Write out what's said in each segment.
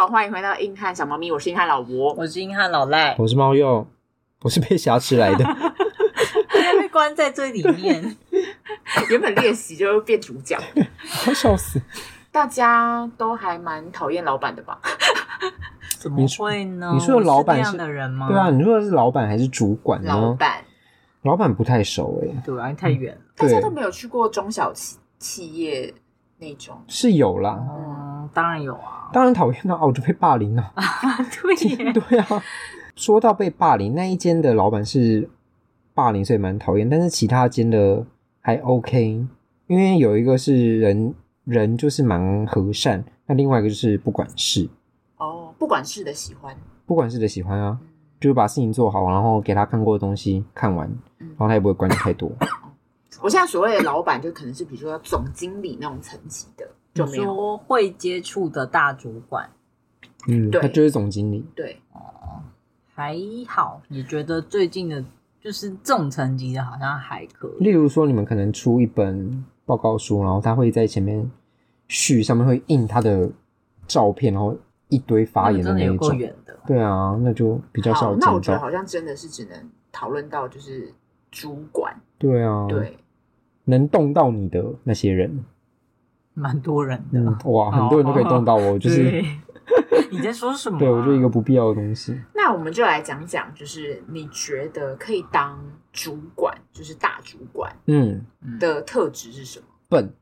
欢迎回到硬汉小猫咪，我是硬汉老伯， 我是硬汉老赖， 我是猫鼬，我是被挟持来的， 被关在最里面。 原本练习就变主角， 快笑死！ 大家都还蛮讨厌老板的吧？ 怎么会呢？ 你说的老板是这样的人吗？ 对啊，你说的是老板还是主管呢？老板不太熟对啊，太远了。 大家都没有去过中小企业那种， 是有啦。 当然有啊， 当然讨厌到我就被霸凌了。 对对啊，说到被霸凌，那一间的老板是霸凌，所以蛮讨厌。但是其他间的还 OK， 因为有一个是人就是蛮和善，那另外一个就是不管事。 哦，不管事的喜欢， 不管事的喜欢啊，就是把事情做好，然后给他看过的东西看完，然后他也不会管你太多。 我现在所谓的老板，就可能是比如说总经理那种层级的。就没有说会接触的大主管， 他就是总经理。 对， 还好。你觉得最近的，就是这种层级的，好像还可以。 例如说，你们可能出一本报告书，然后他会在前面序上面会印他的照片，然后一堆发言的那一种。 真的有够远的。 对啊，那就比较少见到。 那我觉得好像真的是只能讨论到就是主管。 对啊， 对， 能动到你的那些人。 蛮多人的， 哇，很多人都可以动到我，就是你在说什么？ 对，我就一个不必要的东西。 那我们就来讲讲，就是你觉得可以当主管，就是大主管，的特质是什么？ 笨。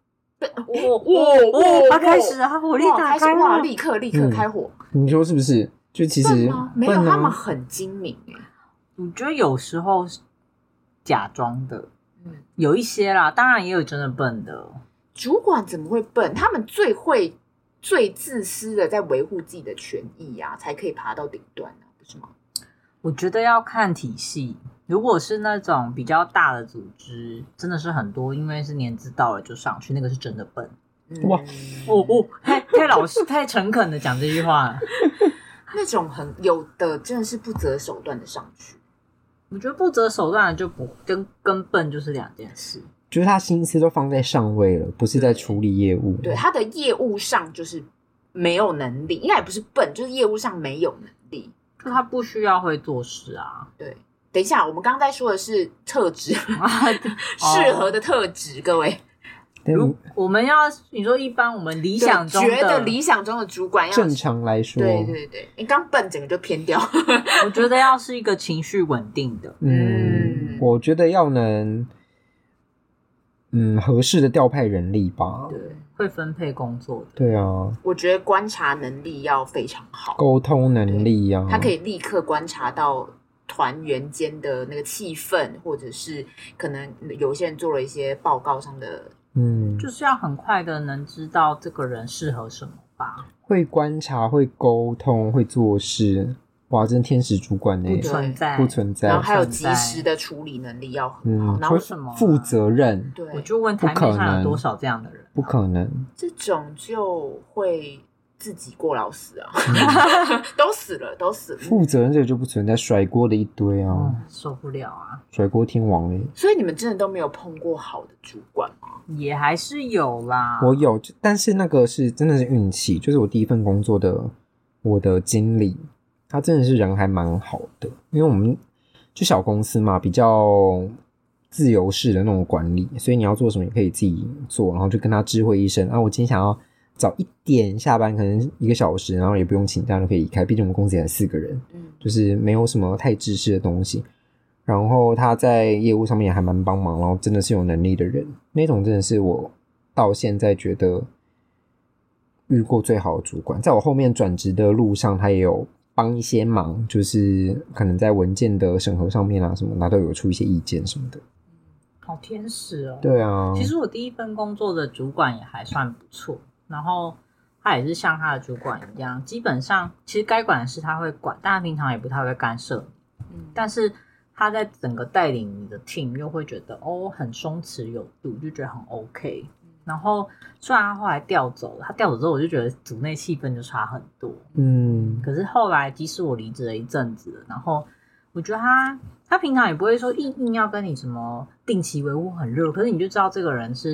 他开始了，他火力打开了， 哇，立刻开火。 你说是不是？就其实没有，他们很精明耶。 我觉得有时候是假装的，有一些啦，当然也有真的笨的。 主管怎么会笨？他们最自私的在维护自己的权益啊，才可以爬到顶端啊，不是吗？ 我觉得要看体系，如果是那种比较大的组织，真的是很多，因为是年资到了就上去，那个是真的笨。 哇太老实、太诚恳的讲这句话了。 那种很有的真的是不择手段的上去。 我觉得不择手段的就不跟笨就是两件事。 就是他心思都放在上位了，不是在处理业务。 对，他的业务上就是没有能力，应该也不是笨，就是业务上没有能力。 就他不需要会做事啊。 对，等一下，我们刚刚在说的是特质，适合的特质，各位。 我们要你说一般我们理想中的觉得理想中的主管要正常来说， 对，你刚笨整个就偏掉。 我觉得要是一个情绪稳定的， 我觉得要能合适的调派人力吧， 对，会分配工作的， 对啊。 我觉得观察能力要非常好， 沟通能力啊， 他可以立刻观察到团员间的那个气氛，或者是可能有些人做了一些报告上的。 就是要很快的能知道这个人适合什么吧。 会观察，会沟通，会做事，哇，真天使主管呢， 不存在。 然后还有及时的处理能力要很好， 然后什么负责任。 对， 我就问台面上有多少这样的人？ 不可能， 这种就会自己过劳死啊，都死了。 负责任这个就不存在，甩锅的一堆啊， 受不了啊， 甩锅天王欸。 所以你们真的都没有碰过好的主管吗？ 也还是有啦， 我有，但是那个是真的是运气，就是我第一份工作的我的经理，他真的是人还蛮好的，因为我们就小公司嘛，比较自由式的那种管理，所以你要做什么也可以自己做，然后就跟他知会一声啊，我今天想要早一点下班，可能1个小时，然后也不用请假就可以离开，毕竟我们公司也才4个人，就是没有什么太制式的东西。然后他在业务上面也还蛮帮忙，然后真的是有能力的人，那种真的是我到现在觉得遇过最好的主管。在我后面转职的路上，他也有帮一些忙，就是可能在文件的审核上面啊什么，他都有出一些意见什么的。 好天使哦。对啊， 其实我第一份工作的主管也还算不错，然后他也是像他的主管一样，基本上其实该管的事他会管，但他平常也不太会干涉你，但是他在整个带领你的 team 又会觉得很松弛有度，就觉得很 OK。然后虽然他后来调走了，他调走之后我就觉得组内气氛就差很多。可是后来即使我离职了一阵子了，然后我觉得他平常也不会说硬要跟你什么定期维护很热，可是你就知道这个人是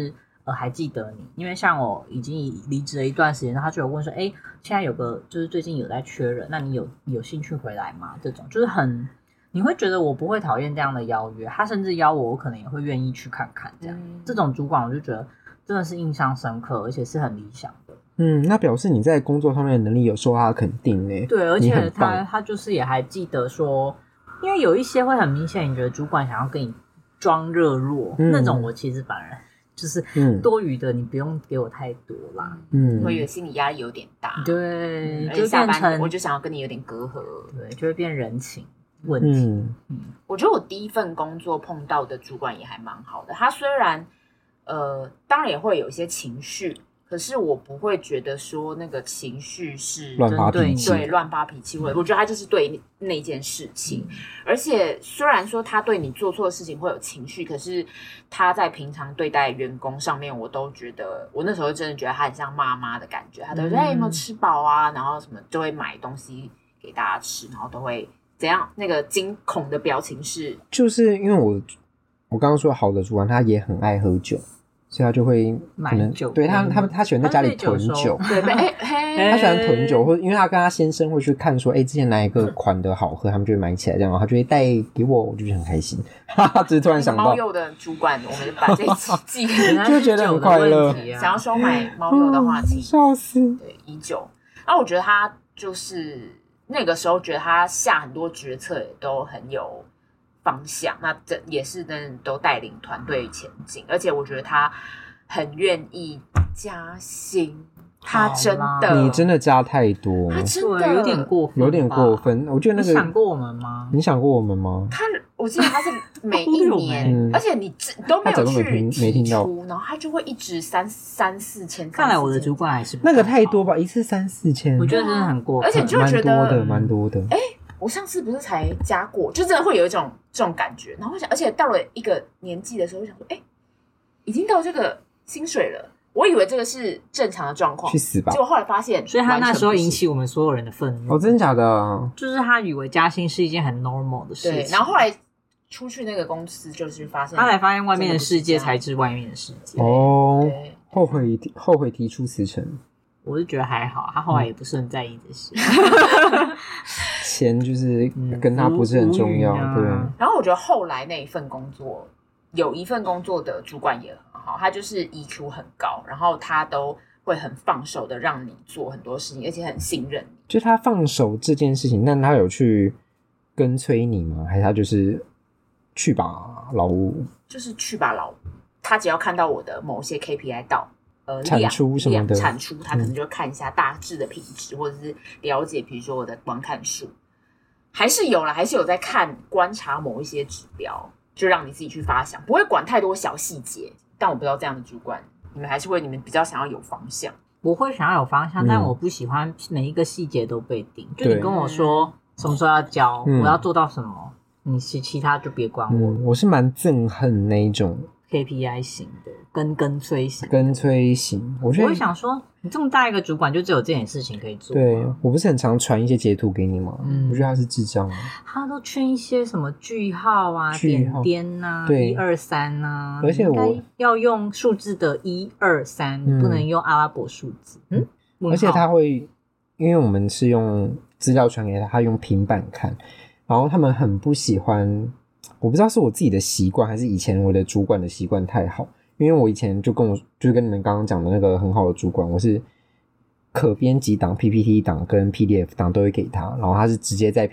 还记得你，因为像我已经离职了一段时间，他就有问说，现在有个就是最近有在缺人，那你有兴趣回来吗？这种就是你会觉得我不会讨厌这样的邀约，他甚至邀我可能也会愿意去看看这样。这种主管我就觉得真的是印象深刻，而且是很理想的。 那表示你在工作上面的能力有受他的肯定耶。 对，而且他就是也还记得说，因为有一些会很明显，你觉得主管想要跟你装热络，那种我其实反而就是多余的，你不用给我太多啦。 我以为心理压力有点大。 对， 就下班我就想要跟你有点隔阂， 对，就会变人情问题。 我觉得我第一份工作碰到的主管也还蛮好的，他虽然当然也会有一些情绪，可是我不会觉得说那个情绪是乱发脾气， 对，乱发脾气，我觉得他就是对那件事情。而且虽然说他对你做错的事情会有情绪，可是他在平常对待员工上面，我都觉得我那时候真的觉得他很像妈妈的感觉，他都会说有没有吃饱啊，然后什么就会买东西给大家吃，然后都会怎样，那个惊恐的表情是， 就是因为我刚刚说好的主管他也很爱喝酒，所以他就会可能对他喜欢在家里囤酒， 对， 他喜欢囤酒，或者因为他跟他先生会去看说，之前哪一个款的好喝，他们就会买起来，这样，然后他就会带给我，我就觉得很开心。只是突然想到猫柚的主管，我们把这一集就觉得很快乐。 想要收买猫柚的话，请笑死。 对，以酒。然后我觉得他就是那个时候，觉得他下很多决策也都很有方向，那这也是真的都带领团队前进，而且我觉得他很愿意加薪，他真的， 你真的加太多， 他真的有点过分， 有点过分。我觉得那个你想过我们吗？ 你想过我们吗？ 我记得他是每一年，而且你都没有去提出，然后他就会一直三四千。 看来我的主管还是那个太多吧，一次3-4千， 我觉得真的很过分， 而且你就会觉得蛮多的。 我上次不是才加过，就真的会有这种感觉。然后我想，而且到了一个年纪的时候，我想说，已经到这个薪水了，我以为这个是正常的状况， 去死吧！ 结果后来发现， 所以他那时候引起我们所有人的愤怒。 真的假的？ 就是他以为加薪是一件很 normal 的事情， 对。然后后来出去那个公司，就是发现他才发现外面的世界才是外面的世界。 后悔提出辞呈。 我是觉得还好，他后来也不是很在意这些。 钱就是跟他不是很重要，对。 然后我觉得后来那一份工作，有一份工作的主管也很好，他就是 EQ 很高，然后他都会很放手的让你做很多事情，而且很信任你。 就他放手这件事情，但他有去跟催你吗？还是他就是去吧老吴？ 就是去吧老吴，他只要看到我的某些 KPI 到。 产出什么的产出，他可能就看一下大致的品质，或者是了解，比如说我的观看数，还是有在看观察某一些指标，就让你自己去发想，不会管太多小细节。但我不知道这样的主管，你们还是会，你们比较想要有方向。 我会想要有方向，但我不喜欢每一个细节都被定。就你跟我说什么时候要交，我要做到什么，你其他就别管我。 我是蛮憎恨那一种。 KPI 型的跟催型， 我觉得我会想说，你这么大一个主管，就只有这件事情可以做。 对，我不是很常传一些截图给你吗？我觉得他是智障。 他都圈一些什么句号啊、点点啊、1、2、3啊， 而且我要用数字的1、2、3，你不能用阿拉伯数字。 而且他会，因为我们是用资料传给他，他用平板看，然后他们很不喜欢。我不知道是我自己的习惯，还是以前我的主管的习惯太好。因为我以前就是跟你们刚刚讲的那个很好的主管，我是可编辑档、PPT 档跟 PDF 档都会给他，然后他是直接在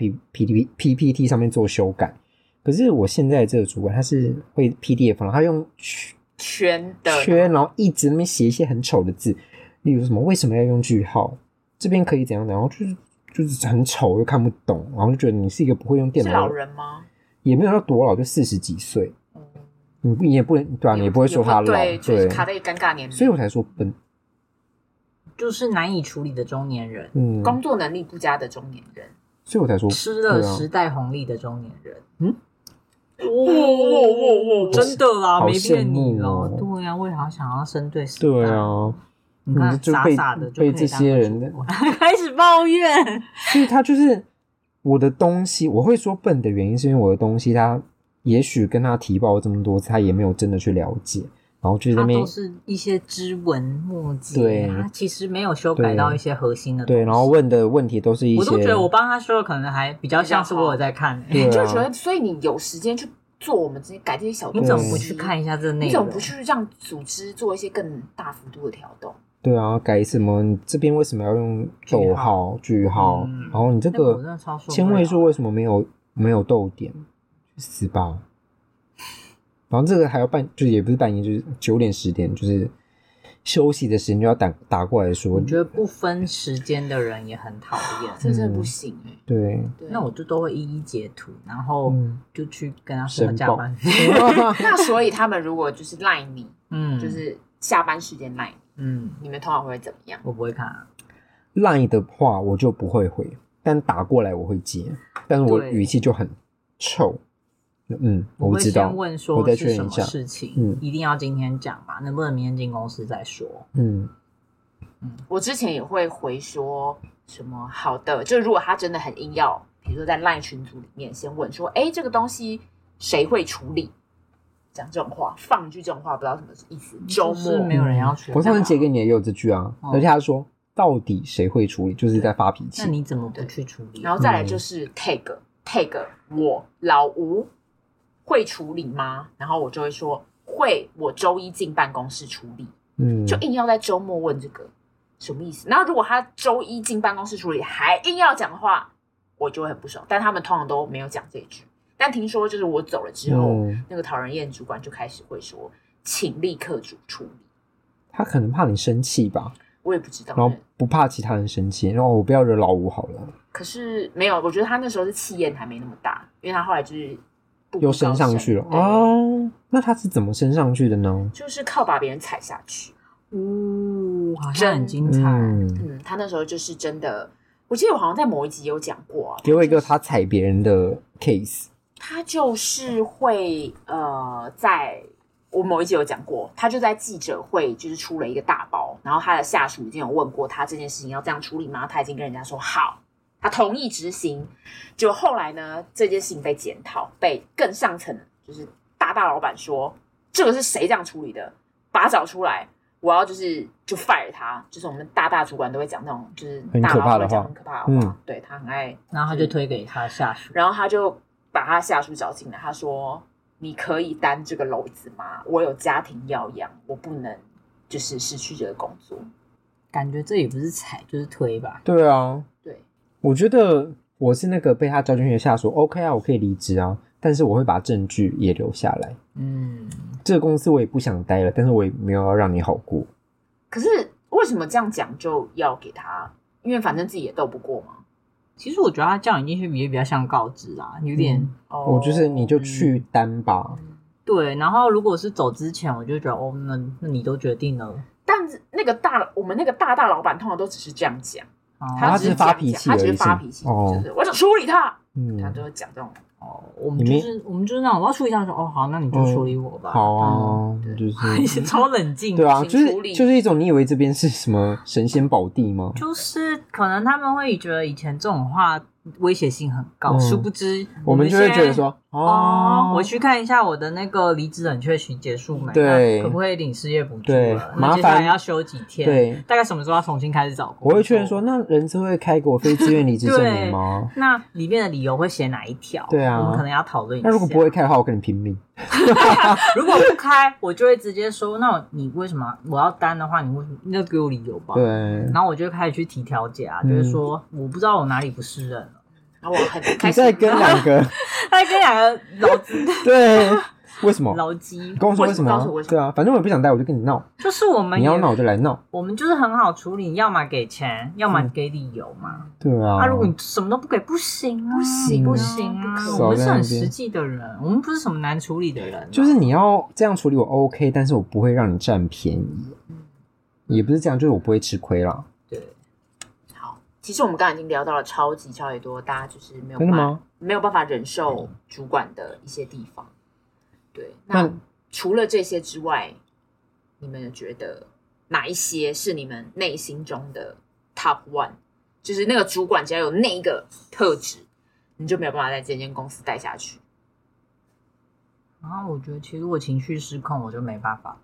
PPT 上面做修改。可是我现在这个主管他是会 PDF， 然后他用圈，然后一直那边写一些很丑的字，例如什么为什么要用句号，这边可以怎样的，然后就是很丑又看不懂，然后就觉得你是一个不会用电脑的。 是老人吗？ 也没有到多老，就40几岁。你也不能对啊，你也不会说他老， 对，就是卡在一个尴尬年龄， 所以我才说笨， 就是难以处理的中年人， 工作能力不佳的中年人， 所以我才说吃了时代红利的中年人。真的啦，没骗你了。对啊，我也好想要生对时代。 对啊， 你看傻傻的就被这些人开始抱怨， 所以他就是我的东西，我会说笨的原因是因为我的东西他也许跟他提报这么多次，他也没有真的去了解， 然后就在那边都是一些枝文末节， 对， 他其实没有修改到一些核心的东西。 对，然后问的问题都是一些， 我都觉得我帮他修的可能还比较像是我有在看、 对啊， 就觉得，所以你有时间去做我们这些改这些小东西， 你怎么不去看一下这内容？ 你怎么不去让组织做一些更大幅度的调动？ 对啊，改什么？你这边为什么要用逗号、句号？然后你这个千位数为什么没有逗点？去死吧！然后这个还要就是也不是半夜，就是9点10点，就是休息的时间就要打过来说。 我觉得不分时间的人也很讨厌， 这真的不行哎、 对， 那我就都会一一截图，然后就去跟他说加班费。 那所以他们如果就是赖你，就是下班时间赖你，你们通常会怎么样？ 我不会看啊。 赖的话我就不会回，但打过来我会接，但是我语气就很臭。我不知道， 我会先问说是什么事情，一定要今天讲吧？能不能明天进公司再说？ 我之前也会回说什么好的，就如果他真的很硬要，比如说在 LINE 群组里面先问说，这个东西谁会处理？讲这种话，放一句这种话，不知道什么意思。周末没有人要处理。 我上次截给你也有这句啊，而且他说到底谁会处理，就是在发脾气。 那你怎么不去处理？ 然后再来就是 tag 我老吴会处理吗？然后我就会说会，我周一进办公室处理。就硬要在周末问这个什么意思？然后如果他周一进办公室处理还硬要讲的话，我就会很不爽。但他们通常都没有讲这一句。但听说就是我走了之后，那个讨人厌主管就开始会说，请立刻处理。他可能怕你生气吧， 我也不知道。 然后不怕其他人生气，然后我不要惹老吴好了。 可是没有，我觉得他那时候是气焰还没那么大，因为他后来就是又升上去了哦。那他是怎么升上去的呢？ 就是靠把别人踩下去。 好像很精彩。 他那时候就是真的，我记得我好像在某一集有讲过给我一个他踩别人的 case。 他就是会在我某一集有讲过，他就在记者会就是出了一个大包，然后他的下属已经有问过他这件事情要这样处理吗？他已经跟人家说好，他同意执行。结果后来呢，这件事情被检讨，被更上层就是大老板说这个是谁这样处理的，把他找出来，我要就 fire 他。就是我们大主管都会讲那种就是大老板会讲很可怕的话，对，他很爱， 然后他就推给他的下属， 然后他就把他下属找进来，他说你可以担这个篓子吗？我有家庭要养，我不能就是失去这个工作。 感觉这也不是踩就是推吧。 对啊， 对， 我觉得我是那个被他叫进去的下属 OK 啊，我可以离职啊，但是我会把证据也留下来。这个公司我也不想待了，但是我也没有要让你好过。 可是为什么这样讲就要给他？因为反正自己也斗不过嘛。 其实我觉得他叫你进去也比较像告知啊，有点我就是你就去担吧。 对，然后如果是走之前，我就觉得那你都决定了。 但是我们那个大老板通常都只是这样讲， 他只是发脾气而已， 他只是发脾气，就是我想处理他，他就会讲这种。 我们就是那种我要处理他，说好，那你就处理我吧。 好啊，就是超冷静。 对啊，就是一种你以为这边是什么神仙宝地吗？ 就是可能他们会觉得以前这种话威胁性很高，殊不知我们就会觉得说我去看一下我的那个离职冷却期结束没？ 对， 可不可以领失业补助了？ 麻烦接下来要休几天？ 对， 大概什么时候要重新开始找工作？ 我会确认说，那人资会开给我非自愿离职证明吗？ 那里面的理由会写哪一条？ 对啊， 我们可能要讨论一下。 那如果不会开的话，我跟你拼命。 如果不开，我就会直接说，那你为什么我要担的话，你为什么你要给我理由吧？ 对， 然后我就开始去提调解啊，就是说我不知道我哪里不适任了。 然后我很开心，你在跟两个， 他跟两个劳资对，为什么劳基？ 跟我说为什么？对啊，反正我也不想带，我就跟你闹。 就是我们你要闹我就来闹， 我们就是很好处理，要么给钱，要么给理由嘛。 对啊， 如果你什么都不给，不行啊，不行啊！我们是很实际的人，我们不是什么难处理的人。 就是你要这样处理我 OK， 但是我不会让你占便宜，也不是这样，就是我不会吃亏啦。 其实我们刚才已经聊到了超级多，大家就是没有办法忍受主管的一些地方。对，那除了这些之外，你们有觉得哪一些是你们内心中的 top one？ 就是那个主管只要有那一个特质，你就没有办法在这间公司待下去。 我觉得其实我情绪失控，我就没办法待。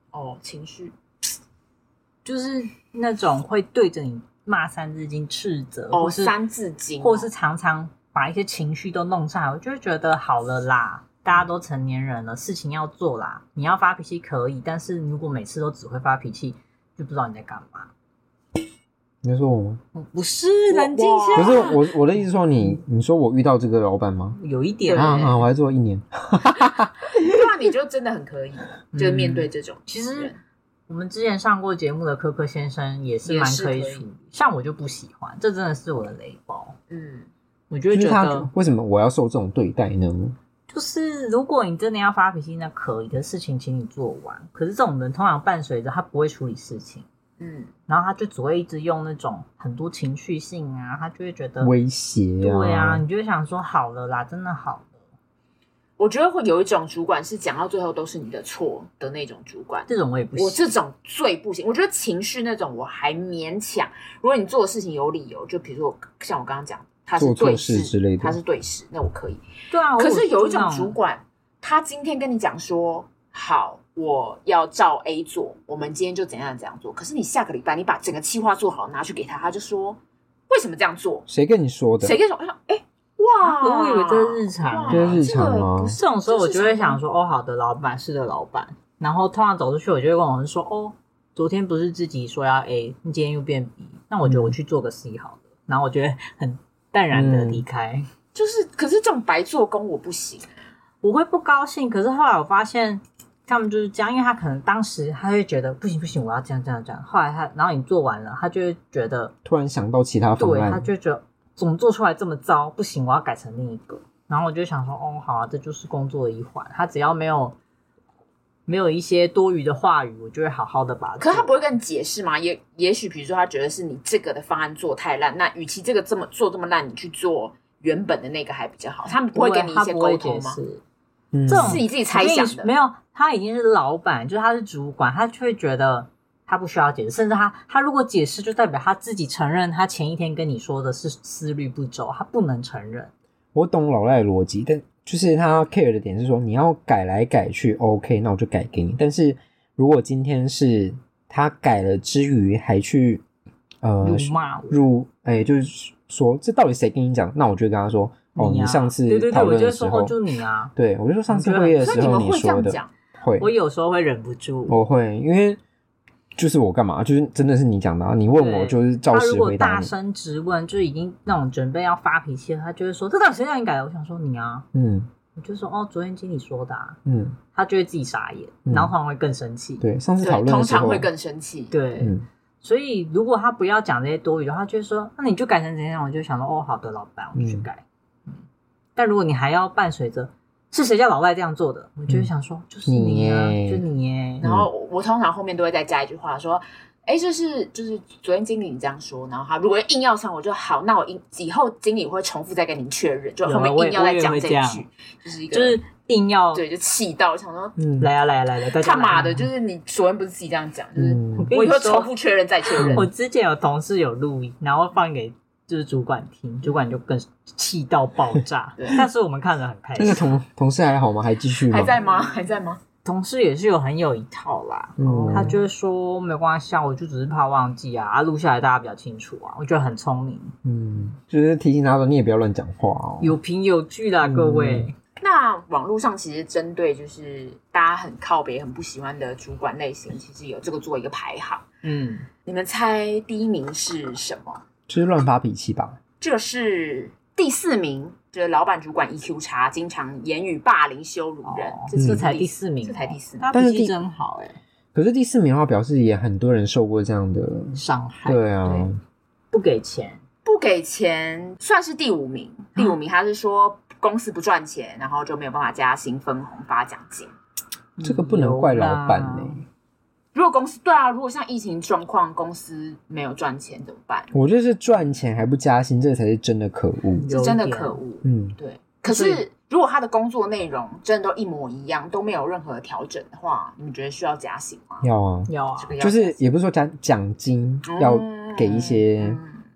情绪就是那种会对着你骂三字经、斥责，或是三字经， 或是常常把一些情绪都弄上来，我就会觉得好了啦，大家都成年人了，事情要做啦。你要发脾气可以，但是如果每次都只会发脾气，就不知道你在干嘛。 你在说我吗？ 不是，冷静一下。 不是我的意思说你说我遇到这个老板吗？ 有一点我还做了1年。 对啊，你就真的很可以，就是面对这种。 其实我们之前上过节目的柯柯先生也是蛮可以处理，像我就不喜欢，这真的是我的雷包。我就会觉得为什么我要受这种对待呢？ 就是如果你真的要发脾气，那可以的事情请你做完。可是这种人通常伴随着他不会处理事情，然后他就只会一直用那种很多情绪性啊，他就会觉得威胁啊， 对啊，你就会想说好了啦，真的好了。 我觉得会有一种主管是讲到最后都是你的错的那种主管， 这种我也不行， 我这种最不行。我觉得情绪那种我还勉强，如果你做的事情有理由，就比如说像我刚刚讲，他是对做错事之类的， 他是对事，那我可以。 对啊， 可是有一种主管，他今天跟你讲说，好，我要照 A 做，我们今天就怎样怎样做。可是你下个礼拜你把整个企划做好拿去给他，他就说为什么这样做？ 谁跟你说的？ 谁跟你说？哇！ 我以为这是日常， 这是日常吗？ 这种时候我就会想说，好的，老板是的，老板。然后通常走出去，我就会跟我说，昨天不是自己说要 A， 你今天又变 B， 那我觉得我去做个 C 好了。然后我觉得很淡然的离开。 可是这种白做工我不行， 我会不高兴。可是后来我发现他们就是这样，因为他可能当时他会觉得不行，我要这样。后来然后你做完了，他就会觉得突然想到其他方案， 对，他就觉得怎么做出来这么糟，不行，我要改成另一个。然后我就想说，好啊，这就是工作的一环。他只要没有一些多余的话语，我就会好好的把它做。 可是他不会跟你解释吗？也许比如说他觉得是你这个的方案做太烂，那与其这个做这么烂，你去做原本的那个还比较好。他们不会给你一些沟通吗？ 这种是你自己猜想的。 没有，他已经是老板，就是他是主管，他就会觉得他不需要解释，甚至他如果解释，就代表他自己承认他前一天跟你说的是思虑不周，他不能承认。 我懂老赖的逻辑，但就是他 care 的点是说，你要改来改去 OK， 那我就改给你。但是如果今天是他改了之余还去辱骂我， 就是说这到底谁跟你讲？那我就跟他说，你上次讨论的时候， 我就说就你啊， 对，我就说上次会议的时候你说的，会， 我有时候会忍不住， 我会，因为就是我干嘛？就是真的是你讲的，你问我就是照实回答你。他如果大声质问，就是已经那种准备要发脾气了，他就会说这到底谁让你改的？我想说你啊，我就说昨天经理说的啊，他就会自己傻眼，然后通常会更生气。 对，上次讨论的时候通常会更生气。 对，所以如果他不要讲这些多余的话，就会说那你就改成怎样？我就想说好的，老板，我就去改。但如果你还要伴随着是谁叫老赖这样做的，我就会想说就是你啊，就你耶。 然后我通常后面都会再加一句话说，就是昨天经理这样说，然后他如果硬要唱，我就好，那我以后经理会重复再跟您确认，就后面硬要再讲这一句， 就是硬要对，就气到想说来啊， 他妈的，就是你昨天不是自己这样讲，就是我以后重复确认再确认。 我之前有同事有录音，然后放给就是主管听，主管就更气到爆炸。但是我们看得很开心。 那个同事还好吗？还继续吗？ 还在吗？ 同事也是很有一套啦，他就会说没关系啊，我就只是怕忘记啊，录下来大家比较清楚啊，我觉得很聪明。 就是提醒他说你也不要乱讲话哦， 有凭有据啦，各位。 那网络上其实针对就是大家很靠北、很不喜欢的主管类型，其实有这个做一个排行。你们猜第一名是什么？ 就是乱发脾气吧。 这是第4名，就是老板主管 EQ 差，经常言语霸凌、羞辱人。 这才第4名， 这才第4名， 他脾气真好可是第4名的话，表示也很多人受过这样的伤害。 对啊，对， 不给钱算是第5名。第5名他是说公司不赚钱，然后就没有办法加薪、分红、发奖金。 这个不能怪老板如果公司对啊，如果像疫情状况，公司没有赚钱怎么办？ 我觉得是赚钱还不加薪，这才是真的可恶， 是真的可恶。对。可是如果他的工作内容真的都一模一样，都没有任何调整的话，你们觉得需要加薪吗？ 要啊，就是也不是说奖金要给一些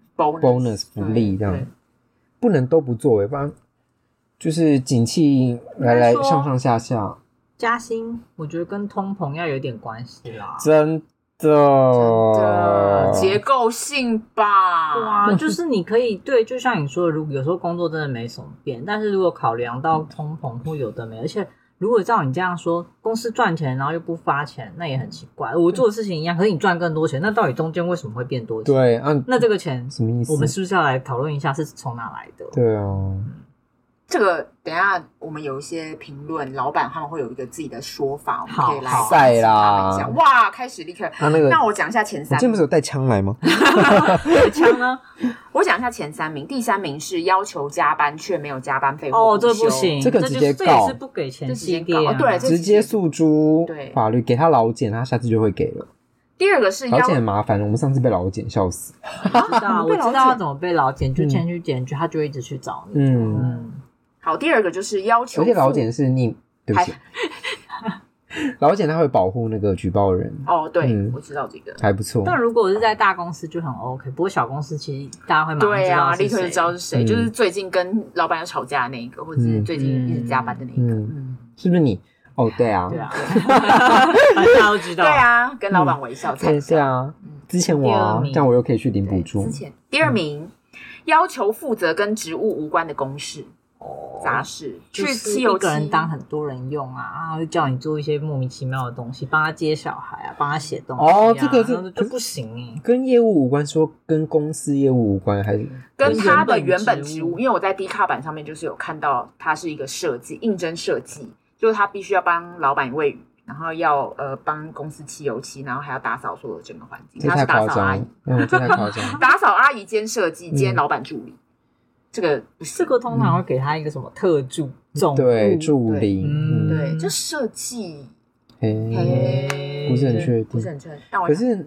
bonus 福利这样，不能都不做，不然就是景气来上下。 加薪，我觉得跟通膨要有点关系啦。 真的结构性吧。 对啊，就是你可以对，就像你说的，如果有时候工作真的没什么变，但是如果考量到通膨或有的没，而且如果照你这样说，公司赚钱然后又不发钱，那也很奇怪。我做的事情一样，可是你赚更多钱，那到底中间为什么会变多钱？ 对啊， 那这个钱什么意思？ 我们是不是要来讨论一下是从哪来的？ 对啊， 这个等一下我们有一些评论，老板他们会有一个自己的说法，我们可以来好晒啦他们一下。哇，开始立刻。那我讲一下前你三名。 今天不是有带枪来吗？ 有枪呢？ 我讲一下前3名，第3名是要求加班却没有加班费哦，这或补休不行， 这个直接这告也是不给钱系列啊。 这直接告对这直接诉诸对法律，给他劳检，他下次就会给了。 第二个是劳检很麻烦，我们上次被劳检笑死。 我知道他怎么被劳检，就先去检举，他就一直去找你。 好，第二个就是要求， 而且劳检是你，对不起，劳检他会保护那个举报人。 哦，对，我知道这个还不错。 但如果是在大公司就很 OK， 不过小公司其实大家会马上知道是谁。 对啊，立刻就知道是谁，就是最近跟老板有吵架的那一个，或者是最近一直加班的那一个， 是不是你？哦，对啊， 对啊，大家都知道。 对啊，跟老板微笑惨笑。 对啊，之前我啊，这样我又可以去领补助。 之前第2名要求负责跟职务无关的公事。杂事，去就是一个人当很多人用啊，会叫你做一些莫名其妙的东西，帮他接小孩啊，帮他写东西啊。 哦，这个是就不行欸。 跟业务无关，说跟公司业务无关，还是跟他的原本职务？因为我在 D 卡版上面就是有看到，它是一个设计应征设计，就是他必须要帮老板喂鱼，然后要帮公司漆油漆，然后还要打扫所有整个环境。他是打扫阿姨， 这太夸张。 打扫阿姨兼设计兼老板助理。这个不行， 这个通常会给他一个什么特助总对助理， 对，就设计， 不是很确定， 不是很确定。 可是，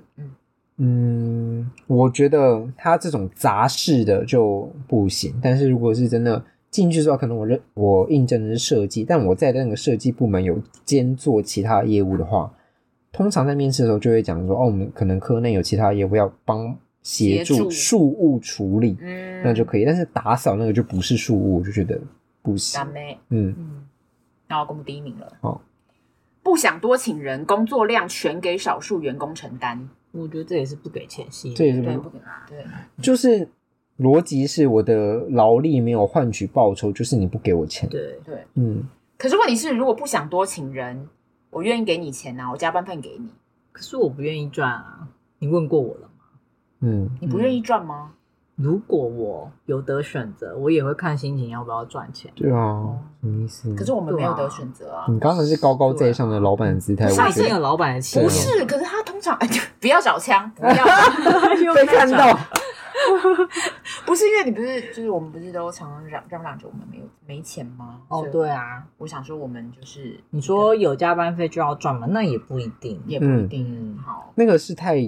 我觉得他这种杂事的就不行。但是如果是真的进去之后，可能我应征的是设计，但我在那个设计部门有兼做其他业务的话，通常在面试的时候就会讲说，我们可能科内有其他业务要帮协助事务处理，那就可以。但是打扫那个就不是事务，我就觉得不行。 然后公布第1名了。 好， 不想多请人，工作量全给少数员工承担。 我觉得这也是不给钱系列， 这也是不给，对， 就是逻辑是我的劳力没有换取报酬，就是你不给我钱。 对， 可是问题是，如果不想多请人，我愿意给你钱啊，我加班费给你。 可是我不愿意赚啊，你问过我了吗？ 你不愿意赚吗？ 如果我有得选择，我也会看心情要不要赚钱。 对啊，什么意思？ 可是我们没有得选择啊。 你刚才是高高在上的老板的姿态， 他已经有老板的气焰。 不是，可是他通常不要找枪，不要被看到。 不是因为你不是，就是我们不是都常常嚷着我们没钱吗？ 哦，对啊， 我想说我们就是你说有加班费就要赚吗？那也不一定， 也不一定。好， 那个是太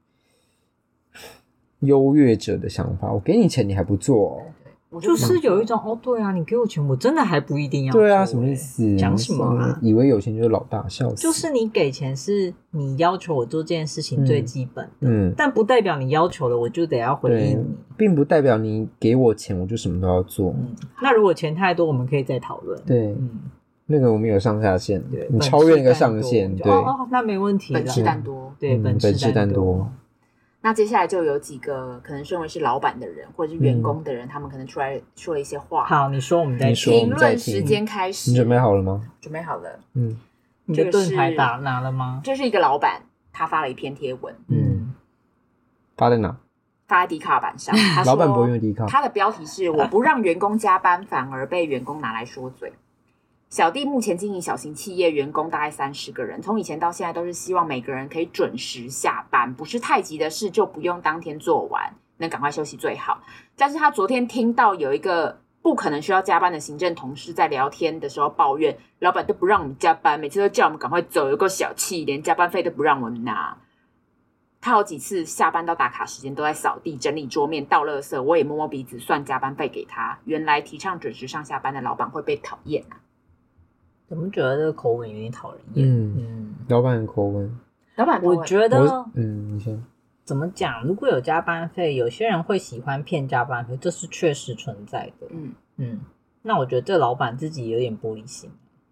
优越者的想法，我给你钱你还不做就是有一种对啊，你给我钱我真的还不一定要做。 对啊，什么意思？ 讲什么啊？ 以为有钱就是老大，笑死。 就是你给钱是你要求我做这件事情最基本的，但不代表你要求了我就得要回应你， 并不代表你给我钱我就什么都要做。 那如果钱太多，我们可以再讨论。 对，那个我们有上下限，你超越那个上限，对， 那没问题。 本吃蛋多， 对，本吃蛋多。 那接下来就有几个可能身为是老板的人或者是员工的人，他们可能出来说了一些话。 好，你说我们在评论时间开始。 你准备好了吗？ 准备好了。 你的盾牌拿了吗？ 这是一个老板，他发了一篇贴文。 发在哪？ 发在 D 卡版上。他说老板不会用 D 卡。 他的标题是：我不让员工加班，反而被员工拿来说嘴。小弟目前经营小型企业，员工大概30个人，从以前到现在都是希望每个人可以准时下班，不是太急的事就不用当天做完，能赶快休息最好。但是他昨天听到有一个不可能需要加班的行政同事在聊天的时候抱怨，老板都不让我们加班，每次都叫我们赶快走，有个小气，连加班费都不让我们拿。他有几次下班到打卡时间都在扫地、整理桌面、倒垃圾，我也摸摸鼻子算加班费给他。原来提倡准时上下班的老板会被讨厌啊！ 怎么觉得这个口吻有点讨人厌？ 老板的口吻， 我觉得， 你先怎么讲？如果有加班费，有些人会喜欢骗加班费，这是确实存在的。那我觉得这老板自己有点玻璃心。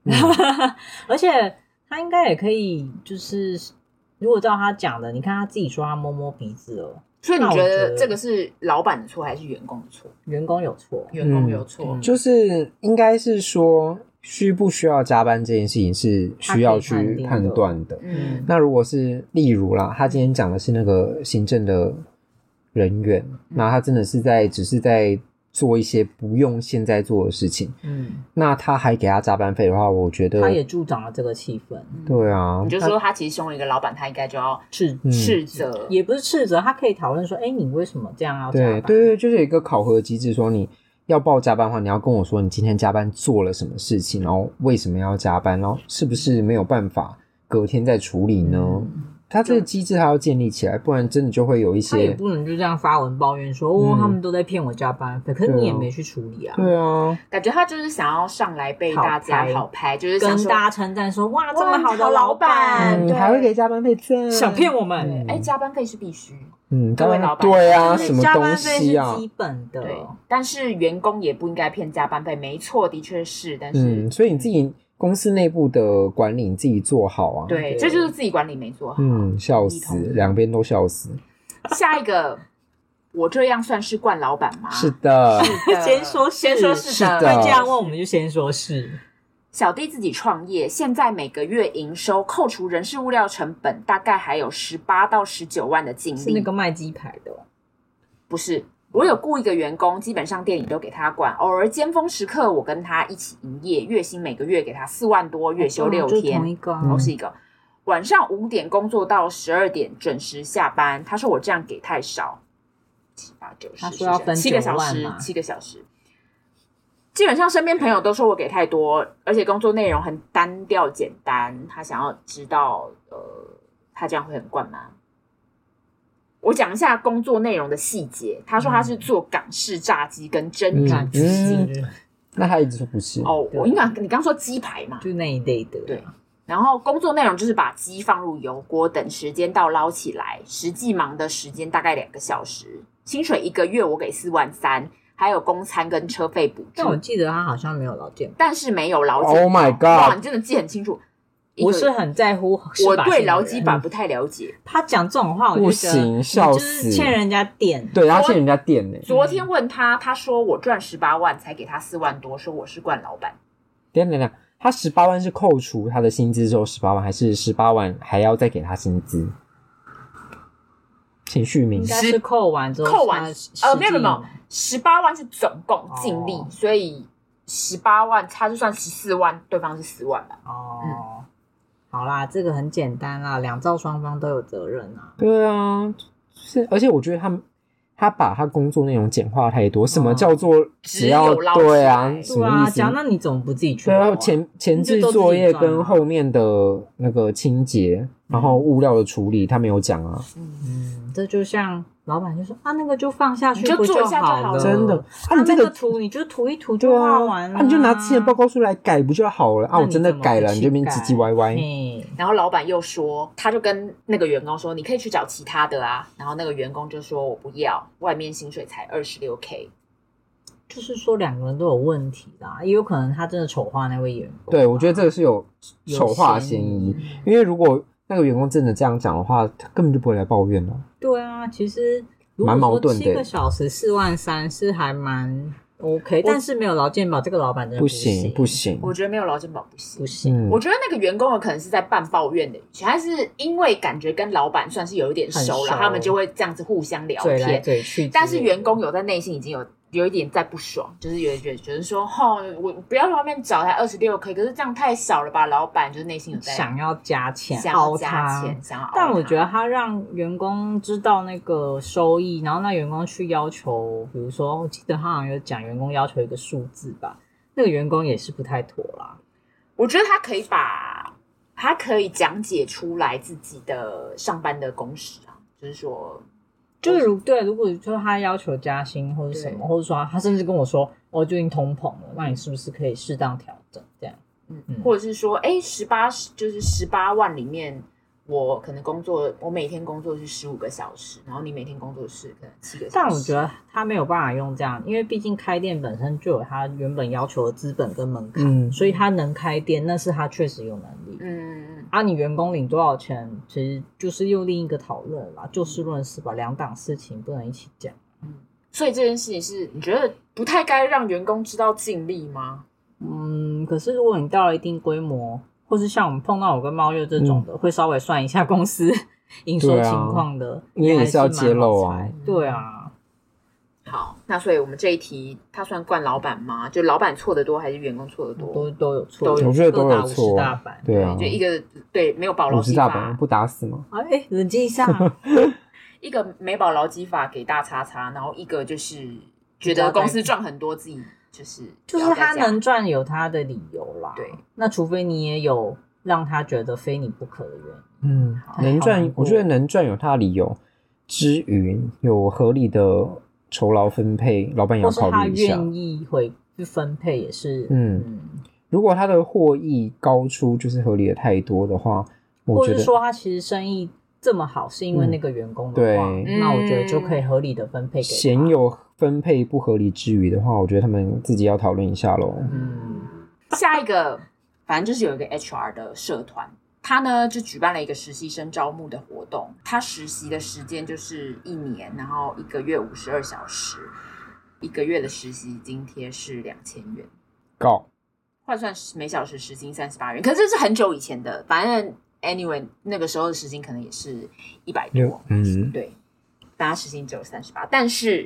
而且他应该也可以，就是如果照他讲的，你看他自己说他摸摸鼻子了。 所以你觉得这个是老板的错还是员工的错？ 员工有错， 员工有错， 就是应该是说需不需要加班这件事情是需要去判断的。那如果是例如啦，他今天讲的是那个行政的人员，那他真的是只是在做一些不用现在做的事情，那他还给他加班费的话，我觉得他也助长了这个气氛。 对啊， 你就说他其实身为一个老板，他应该就要斥责， 也不是斥责，他可以讨论说，你为什么这样要加班？ 对，就是有一个考核机制，说你要报加班的话，你要跟我说你今天加班做了什么事情，然后为什么要加班，然后是不是没有办法隔天再处理呢？他这个机制他要建立起来，不然真的就会有一些。 他也不能就这样发文抱怨说，他们都在骗我加班费，可是你也没去处理啊。 对啊， 感觉他就是想要上来被大家好拍，就是跟大家称赞说，哇，这么好的老板， 还会给加班费， 想骗我们。 加班费是必须。 各位老板，对啊，什么东西啊？ 加班费是基本的， 对，但是员工也不应该骗加班费，没错，的确是，但是所以你自己公司内部的管理你自己做好啊。 对，这就是自己管理没做好。 笑死，两边都笑死。 下一个，我这样算是惯老板吗？ 是的， 先说是的， 会这样问我们就先说是。 小弟自己创业，现在每个月营收扣除人事物料成本，大概还有18到19万的净利。 是那个卖鸡排的？ 不是。我有雇一个员工，基本上店里都给他管，偶尔尖峰时刻我跟他一起营业，月薪每个月给他4万多，月休6天，都是一个。晚上5点工作到12点准时下班，他说我这样给太少，7、8、9、10， 他说要分 7个小时，7个小时。基本上身边朋友都说我给太多，而且工作内容很单调简单，他想要知道他这样会很惯吗？我讲一下工作内容的细节。他说他是做港式炸鸡跟蒸炸鸡， 那他一直说不是哦。你刚说鸡排嘛， 就那一类的。 对，然后工作内容就是把鸡放入油锅，等时间到捞起来，实际忙的时间大概2个小时。薪水1个月我给4万3，还有公餐跟车费补助。 但我记得他好像没有劳健保， 但是没有劳健保。 Oh my god！ 哇，你真的记很清楚。 我是很在乎， 我对劳基法不太了解。 他讲这种话，我就觉得不行，笑死， 就是欠人家店。 对，他欠人家店呢。 昨天问他，他说我赚18万才给他4万多，说我是惯老板。 等，他18万是扣除他的薪资之后18万，还是18万还要再给他薪资？情绪明应该是扣完之后， 扣完没有，18万是总共净利，所以18万他就算14万，对方是4万吧。 好啦，这个很简单啦，两造双方都有责任啊。 对啊，而且我觉得他把他工作内容简化太多。什么叫做只要对啊？什么意思？ 那你怎么不自己去？ 对啊，前置作业跟后面的那个清洁，然后物料的处理，他没有讲啊。 这就像老板就说那个就放下去， 你就做一下就好了。 真的， 你这个图你就涂一涂就画完了， 你就拿之前的报告书来改不就好了？我真的改了，你这边唧唧歪歪。 然后老板又说，他就跟那个员工说，你可以去找其他的啊。然后那个员工就说我不要，外面薪水才26K。 就是说2个人都有问题啦，也有可能他真的丑化那位员工。 对，我觉得这个是有丑化嫌疑，因为如果那个员工真的这样讲的话，他根本就不会来抱怨了。 对啊，其实蛮矛盾的。 7个小时4万3是还蛮 OK， 但是没有劳健保，这个老板真的不行。 我觉得没有劳健保不行。 我觉得那个员工有可能是在半抱怨的语气，他是因为感觉跟老板算是有一点熟了，他们就会这样子互相聊天， 嘴来嘴去。 但是员工有在内心已经有一点在不爽，就是有点觉得说，我不要在外面找才26K，可是这样太少了吧？老板就是内心有在想要加钱， 想要加钱， 但我觉得他让员工知道那个收益，然后那员工去要求，比如说，我记得他好像有讲员工要求一个数字吧，那个员工也是不太妥啦。 我觉得他可以讲解出来自己的上班的工时啊，就是说。 就是如果说他要求加薪或者什么，或者说他甚至跟我说最近通膨了，那你是不是可以适当调整这样？ 或者是说18万里面我可能我每天工作是15个小时，然后你每天工作是可能7个小时。 但我觉得他没有办法用这样，因为毕竟开店本身就有他原本要求的资本跟门槛，所以他能开店，那是他确实有能力。你员工领多少钱，其实就是又另一个讨论啦，就事论事吧，两档事情不能一起讲。 所以这件事情是你觉得不太该让员工知道尽力吗？ 可是如果你到了一定规模，或是像我们碰到我跟猫月这种的，会稍微算一下公司营收情况的， 因为也是要揭露啊。 对啊。 好，那所以我们这一题，他算惯老板吗？就老板错的多，还是员工错的多？ 都有错， 我觉得都有错。 50大板， 对啊， 就一个对没有保劳基法，50大板不打死吗？ 冷静一下。 一个没保劳基法给大叉叉，然后一个就是觉得公司赚很多，自己就是他能赚有他的理由啦。 对， 那除非你也有让他觉得非你不可的原因。能赚，我觉得能赚有他的理由之余，有合理的酬劳分配，老板也要考虑一下。 或是他愿意回去分配也是。 如果他的获益高出就是合理的太多的话，我觉得或是说他其实生意这么好是因为那个员工的话，那我觉得就可以合理的分配给他。 鲜有分配不合理之余的话，我觉得他们自己要讨论一下咯。 下一个反正就是有一个 HR 的社团，他呢就举办了一个实习生招募的活动，他实习的时间就是1年，然后1个月52小时，1个月的实习津贴是2000元， 高， 换算每小时时薪38元，可是这是很久以前的，反正anyway 那个时候的时薪可能也是100多，对，大家时薪只有38，但是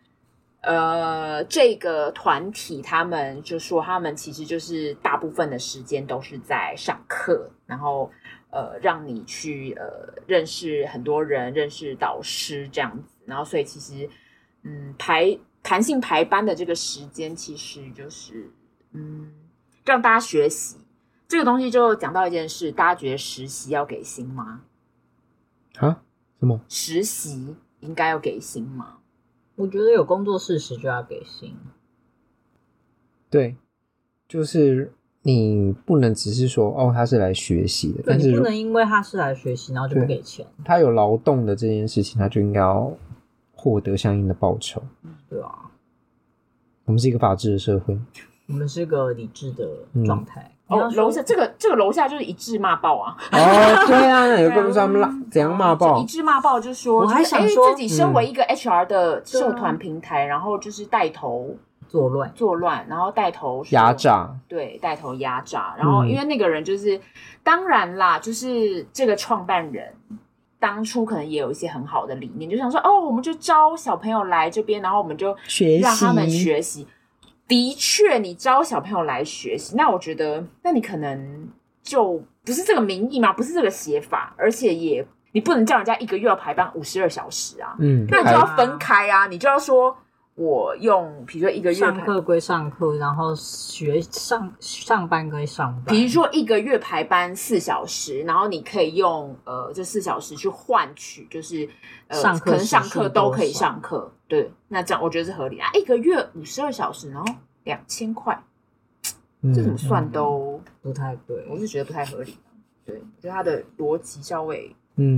这个团体他们就说他们其实就是大部分的时间都是在上课，然后让你去认识很多人，认识导师这样子，然后所以其实弹性排班的这个时间其实就是让大家学习。这个东西就讲到一件事，大家觉得实习要给薪吗？ 啊？什么？ 实习应该要给薪吗？ 我觉得有工作事实就要给薪。 对，就是你不能只是说他是来学习的，但是你不能因为他是来学习然后就不给钱。 他有劳动的这件事情，他就应该要获得相应的报酬。 对啊， 我们是一个法治的社会， 我们是个理智的状态。 楼下这个楼下就是一致骂爆啊！ 对啊，有个不知道怎样骂爆， 一致骂爆就说， 我还想说自己身为一个 HR 的社团平台，然后就是带头作乱， 然后带头压榨， 对，带头压榨。然后因为那个人就是，当然啦，就是这个创办人当初可能也有一些很好的理念，就想说我们就招小朋友来这边，然后我们就让他们学习。的确，你招小朋友来学习，那我觉得，那你可能就不是这个名义嘛，不是这个写法，而且也你不能叫人家1个月要排班52小时啊，那你就要分开啊，你就要说我用，比如说1个月上课归上课，然后上班归上班， 比如说1个月排班4小时，然后你可以用这4小时去换取，就是可能上课都可以上课。对，那这样我觉得是合理啊。1个月52小时，然后2000块，这怎么算都不太对， 我是觉得不太合理。对，我觉得他的逻辑稍微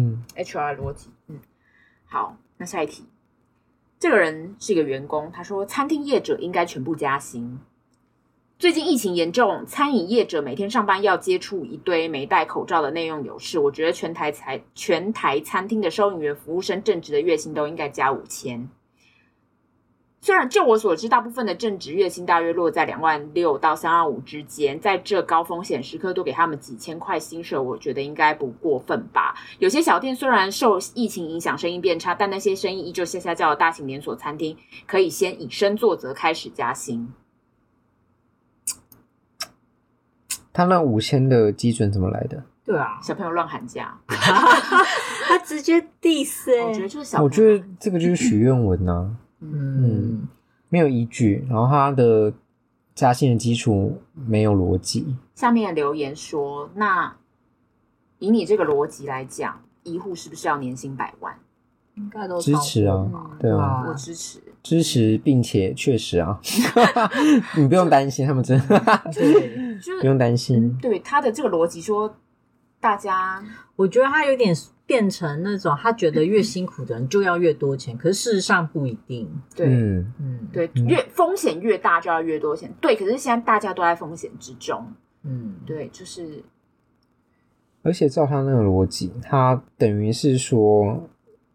HR 逻辑好。那下一题，这个人是一个员工，他说餐厅业者应该全部加薪。最近疫情严重，餐饮业者每天上班要接触一堆没戴口罩的内用有事，我觉得全台餐厅的收银员、服务生正职的月薪都应该加5000。虽然就我所知，大部分的正职月薪大约落在26000到35000之间，在这高风险时刻多给他们几千块薪水，我觉得应该不过分吧。有些小店虽然受疫情影响生意变差，但那些生意依旧下叫的大型连锁餐厅，可以先以身作则开始加薪。 他那5000的基准怎么来的？ 对啊， 小朋友乱喊价， 他直接 diss 我觉得就是小朋友， 我觉得这个就是许愿文啊。没有依据，然后他的加薪的基础没有逻辑。 下面的留言说，那以你这个逻辑来讲，医护是不是要年薪100万？ 应该都支持啊，对啊， 我支持， 并且确实啊，你不用担心，他们真的不用担心。 对他的这个逻辑说， 大家， 我觉得他有点变成那种他觉得越辛苦的人就要越多钱，可是事实上不一定。 对，对，越风险越大就要越多钱。对，可是现在大家都在风险之中。对，就是。 而且照他那个逻辑，他等于是说，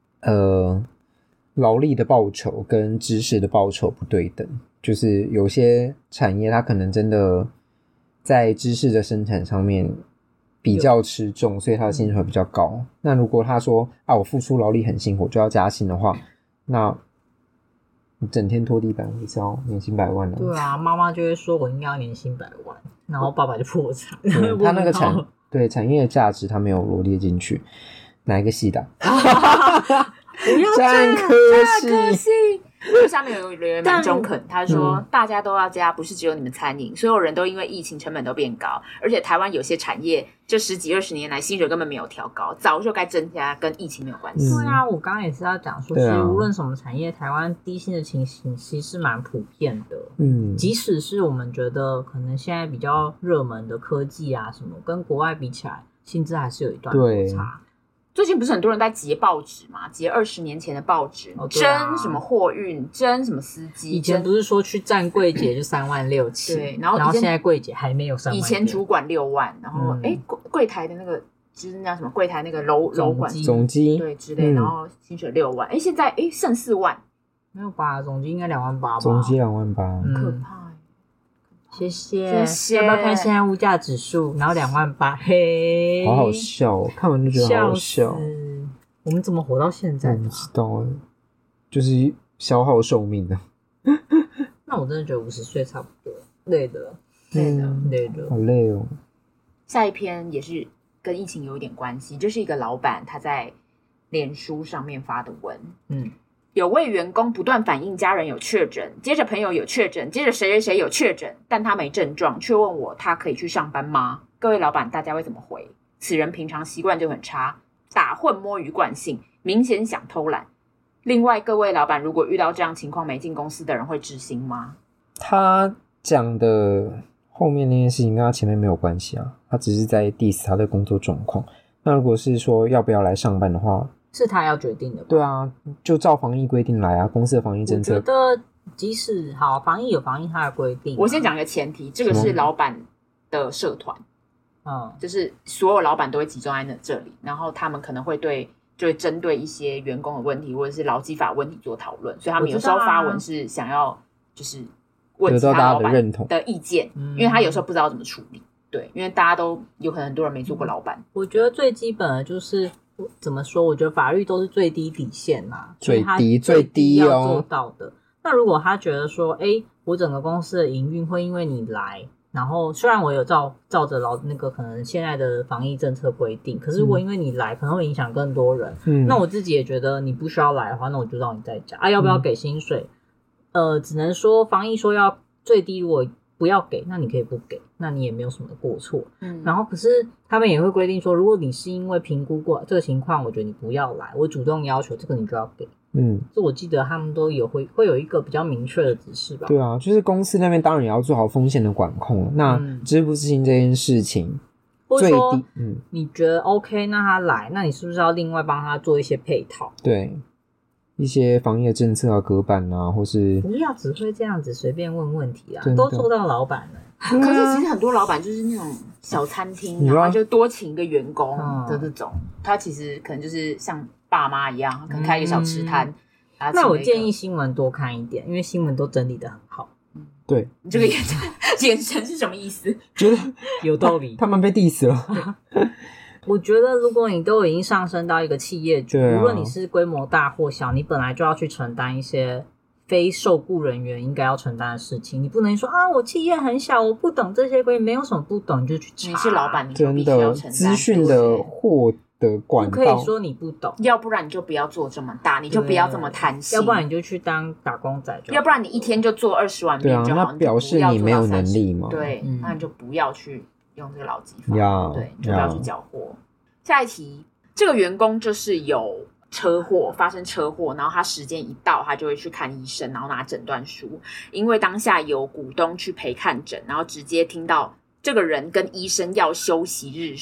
劳力的报酬跟知识的报酬不对等，就是有些产业它可能真的在知识的生产上面比较吃重，所以它的薪水会比较高。那如果他说啊，我付出劳力很辛苦，就要加薪的话，那你整天拖地板，你是要年薪100万了。 对啊，妈妈就会说我应该要年薪100万，然后爸爸就破产。 他那个产业的价值他没有罗列进去。哪一个系的？ 不要战科系。 下面有人蛮中肯，他说大家都要加，不是只有你们餐饮，所有人都因为疫情成本都变高，而且台湾有些产业这10几20年来薪水根本没有调高，早就该增加，跟疫情没有关系。 对啊，我刚刚也是要讲说，其实无论什么产业，台湾低薪的情形其实是蛮普遍的。即使是我们觉得可能现在比较热门的科技啊什么，跟国外比起来，薪资还是有一段落差。 最近不是很多人在截报纸嘛？截20年前的报纸，征什么货运，征什么司机。 以前不是说去站柜姐就36000起， 对，然后现在柜姐还没有3万。 以前主管6万，然后柜台的那个就是那什么柜台那个楼管总机对之类，然后薪水6万，现在剩4万， 没有吧？总机应该2万8吧？ 总机2万8， 可怕。 谢谢，要不要看现在物价指数？然后2万8，嘿， 好好笑哦！看完就觉得好好笑。 我们怎么活到现在？ 不知道，就是消耗寿命的。 那我真的觉得50岁差不多，累的， 好累哦。 下一篇也是跟疫情有一点关系，这是一个老板他在脸书上面发的文，有位员工不断反映家人有确诊，接着朋友有确诊，接着谁谁谁有确诊，但他没症状，却问我他可以去上班吗？各位老板，大家会怎么回？此人平常习惯就很差，打混摸鱼惯性，明显想偷懒。另外，各位老板，如果遇到这样情况没进公司的人会知心吗？ 他讲的后面那件事情跟他前面没有关系啊，他只是在 diss 他的工作状况。那如果是说要不要来上班的话， 是他要决定的吧？ 对啊，就照防疫规定来啊，公司的防疫政策。 我觉得即使好，防疫有防疫它的规定。 我先讲一个前提，这个是老板的社团，就是所有老板都会集中在这里，然后他们可能会就会针对一些员工的问题或者是劳基法问题做讨论，所以他们有时候发文是想要就是问其他老板的意见，因为他有时候不知道怎么处理。对，因为大家都有可能很多人没做过老板。 我觉得最基本的就是怎么说？我觉得法律都是最低底线啦， 最低要做到的。那如果他觉得说，我整个公司的营运会因为你来，然后虽然我有照着那个可能现在的防疫政策规定，可是我因为你来可能会影响更多人，那我自己也觉得你不需要来的话，那我就让你在家要不要给薪水？只能说防疫说要最低，如果不要给，那你可以不给，那你也没有什么过错。然后可是他们也会规定说，如果你是因为评估过这个情况，我觉得你不要来，我主动要求这个你就要给。这我记得他们都有会有一个比较明确的指示吧。 对啊，就是公司那边当然也要做好风险的管控。那支不执行这件事情，最低你觉得 OK， 那他来，那你是不是要另外帮他做一些配套？ 对。一些防疫政策啊、隔板啊，或是不要只会这样子随便问问题啊，都做到老板了。 可是其实很多老板就是那种小餐厅，然后就多请一个员工的这种，他其实可能就是像爸妈一样，可能开一个小吃摊。 那我建议新闻多看一点，因为新闻都整理得很好。 对， 你这个眼神是什么意思？ 觉得有道理。 他们被 diss 了。 我觉得如果你都已经上升到一个企业主，无论你是规模大或小，你本来就要去承担一些非受雇人员应该要承担的事情。你不能说我企业很小，我不懂这些规矩，没有什么不懂你就去查。 你是老板，你就必须要承担资讯的获得管道， 不可以说你不懂， 要不然你就不要做这么大，你就不要这么贪心， 要不然你就去当打工仔就好， 要不然你一天就做20万遍就好， 那表示你没有能力嘛。 对，那你就不要去用这个劳基法，对，你就不要去缴获。下一题，这个员工就是有发生车祸，然后他时间一到，他就会去看医生，然后拿诊断书。因为当下有股东去陪看诊，然后直接听到这个人跟医生要休息日数，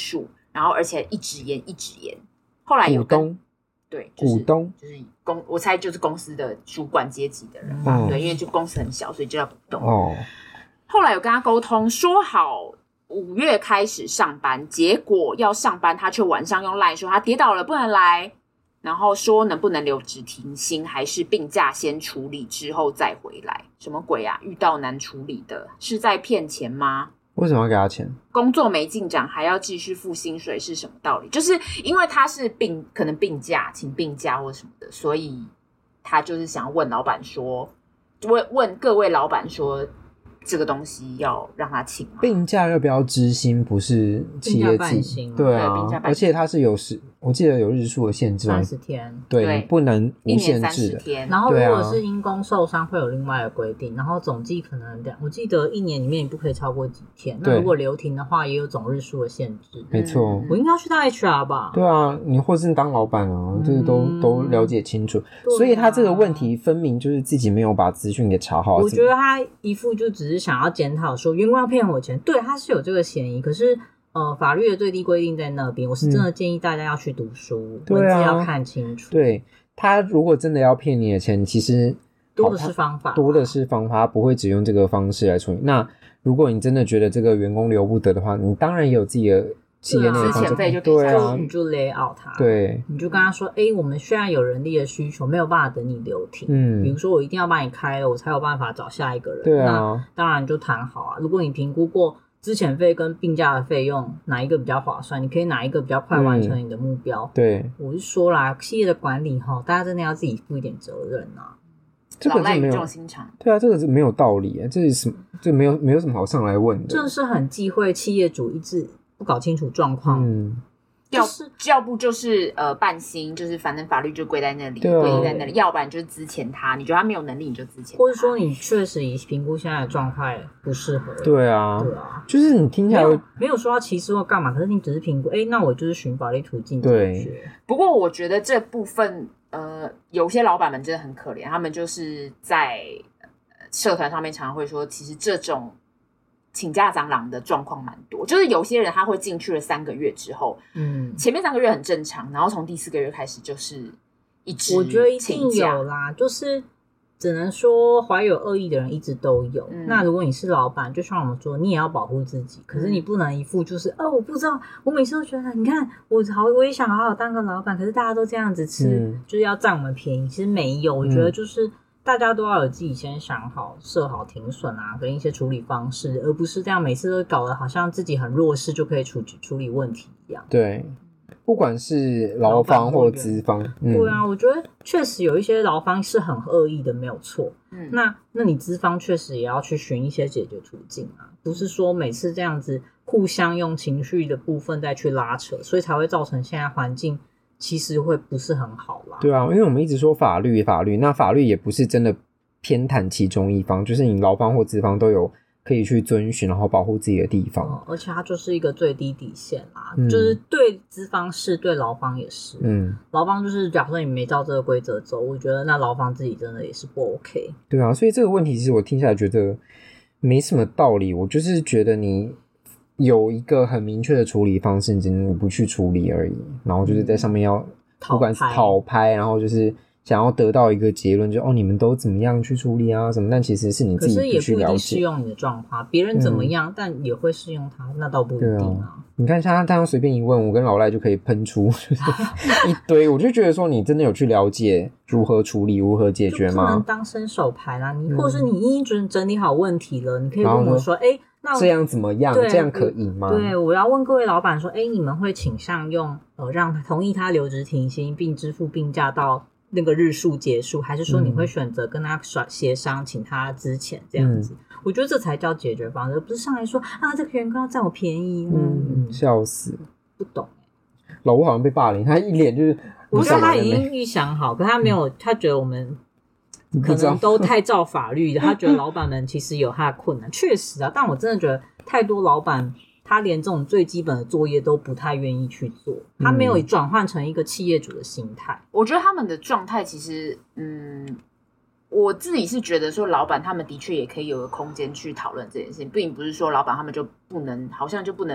然后而且一直延。后来有股东， 对，就是股东就是我猜就是公司的主管阶级的人哦对，因为就公司很小，所以就叫股东。 哦， 后来有跟他沟通，说好5月开始上班，结果要上班，他却晚上用 LINE 说他跌倒了不能来，然后说能不能留职停薪，还是病假先处理之后再回来？什么鬼啊？遇到难处理的，是在骗钱吗？ 为什么要给他钱？ 工作没进展还要继续付薪水是什么道理？就是因为他是可能病假请病假或什么的，所以他就是想要问老板说，问各位老板说，这个东西要让他请吗？ 病假要不要支薪？不是企业自己，对啊， 对病假半薪而且它是我记得有日数的限制 30天。 对， 对你不能无限制 1年30 的。 天。 然后如对啊果是因公受伤，会有另外的规定。然后总计可能我记得1年里面你不可以超过几天。那对如果留停的话，也有总日数的限制。 没错， 我应该要去当 HR 吧？ 对啊，你或是当老板啊，这个都了解清楚。 对啊所以他这个问题分明就是自己没有把资讯给查好。 我觉得他一副就只是想要检讨说员工要骗我钱，对，他是有这个嫌疑。可是法律的最低规定在那边，我是真的建议大家要去读书， 对啊文字要看清楚。 对，他如果真的要骗你的钱，其实多的是方法， 多的是方法，他不会只用这个方式来处理。那如果你真的觉得这个员工留不得的话，你当然也有自己的企业内的方式， 资遣费就给对啊， 你就 lay out 他， 对， 你就跟他说，我们现在有人力的需求，没有办法等你留停。比如说我一定要把你开了，我才有办法找下一个人。 对啊， 那当然就谈好啊。如果你评估过资遣费跟病假的费用哪一个比较划算，你可以哪一个比较快完成你的目标。 对， 我是说啦，企业的管理大家真的要自己负一点责任啊。 这个老赖语没有重心长。 对啊，这个是没有道理，这是什么？这没有什么好上来问的。 这是很忌讳企业主一直不搞清楚状况。 要不就是半薪，就是反正法律就规在那里， 对啊规定在那里；要不然就是资遣他，你觉得他没有能力，你就资遣他， 或者说你确实以评估现在的状态不适合。 对啊， 对啊， 就是你听起来没有说要歧视或干嘛，可是你只是评估，那我就是循法律途径解决。 不过我觉得这部分有些老板们真的很可怜，他们就是在社团上面常常会说，其实这种请假蟑螂的状况蛮多，就是有些人他会进去了3个月之后，前面3个月很正常，然后从第4个月开始就是一直我觉得一定有啦，就是只能说怀有恶意的人一直都有。那如果你是老板，就像我们说，你也要保护自己，可是你不能一副就是我不知道，我每次都觉得你看我也想好好当个老板，可是大家都这样子吃，就是要占我们便宜。其实没有，我觉得就是大家都要有自己先想好设好停损啊跟一些处理方式，而不是这样每次都搞得好像自己很弱势就可以处理问题一样。 对，不管是劳方或资方， 对啊，我觉得确实有一些劳方是很恶意的，没有错。那你资方确实也要去寻一些解决途径啊，不是说每次这样子互相用情绪的部分再去拉扯，所以才会造成现在环境其实会不是很好啦。 对啊，因为我们一直说法律，那法律也不是真的偏袒其中一方，就是你劳方或资方都有可以去遵循，然后保护自己的地方。 而且它就是一个最低底线啦，就是对资方是，对劳方也是。劳方就是假设你没照这个规则走，我觉得那劳方自己真的也是不 OK。 对啊，所以这个问题其实我听下来觉得没什么道理，我就是觉得你有一个很明确的处理方式，你不去处理而已，然后就是在上面要不管是讨拍，然后就是想要得到一个结论，就你们都怎么样去处理啊什么，但其实是你自己不去了解。 可是也不一定适用你的状况，别人怎么样，但也会适用它，那倒不一定啊。 你看像他随便一问，我跟老赖就可以喷出一堆，我就觉得说你真的有去了解如何处理、如何解决吗？ 不能当伸手牌啦，或是你已经整理好问题了，你可以问我说，那这样怎么样？这样可以吗？ 对，我要问各位老板说，你们会倾向用让他同意他留职停薪，并支付病假到那个日数结束，还是说你会选择跟他协商，请他资遣这样子？我觉得这才叫解决方式，而不是上来说这个员工要占我便宜。 笑死， 不懂老吴好像被霸凌，他一脸就是， 我觉得他已经预想好，可他没有，他觉得我们可能都太照法律的，他觉得老板们其实有他的困难，确实啊，但我真的觉得太多老板他连这种最基本的作业都不太愿意去做，他没有转换成一个企业主的心态。 我觉得他们的状态其实我自己是觉得说老板他们的确也可以有个空间去讨论这件事情，并不是说老板他们就不能好像就不能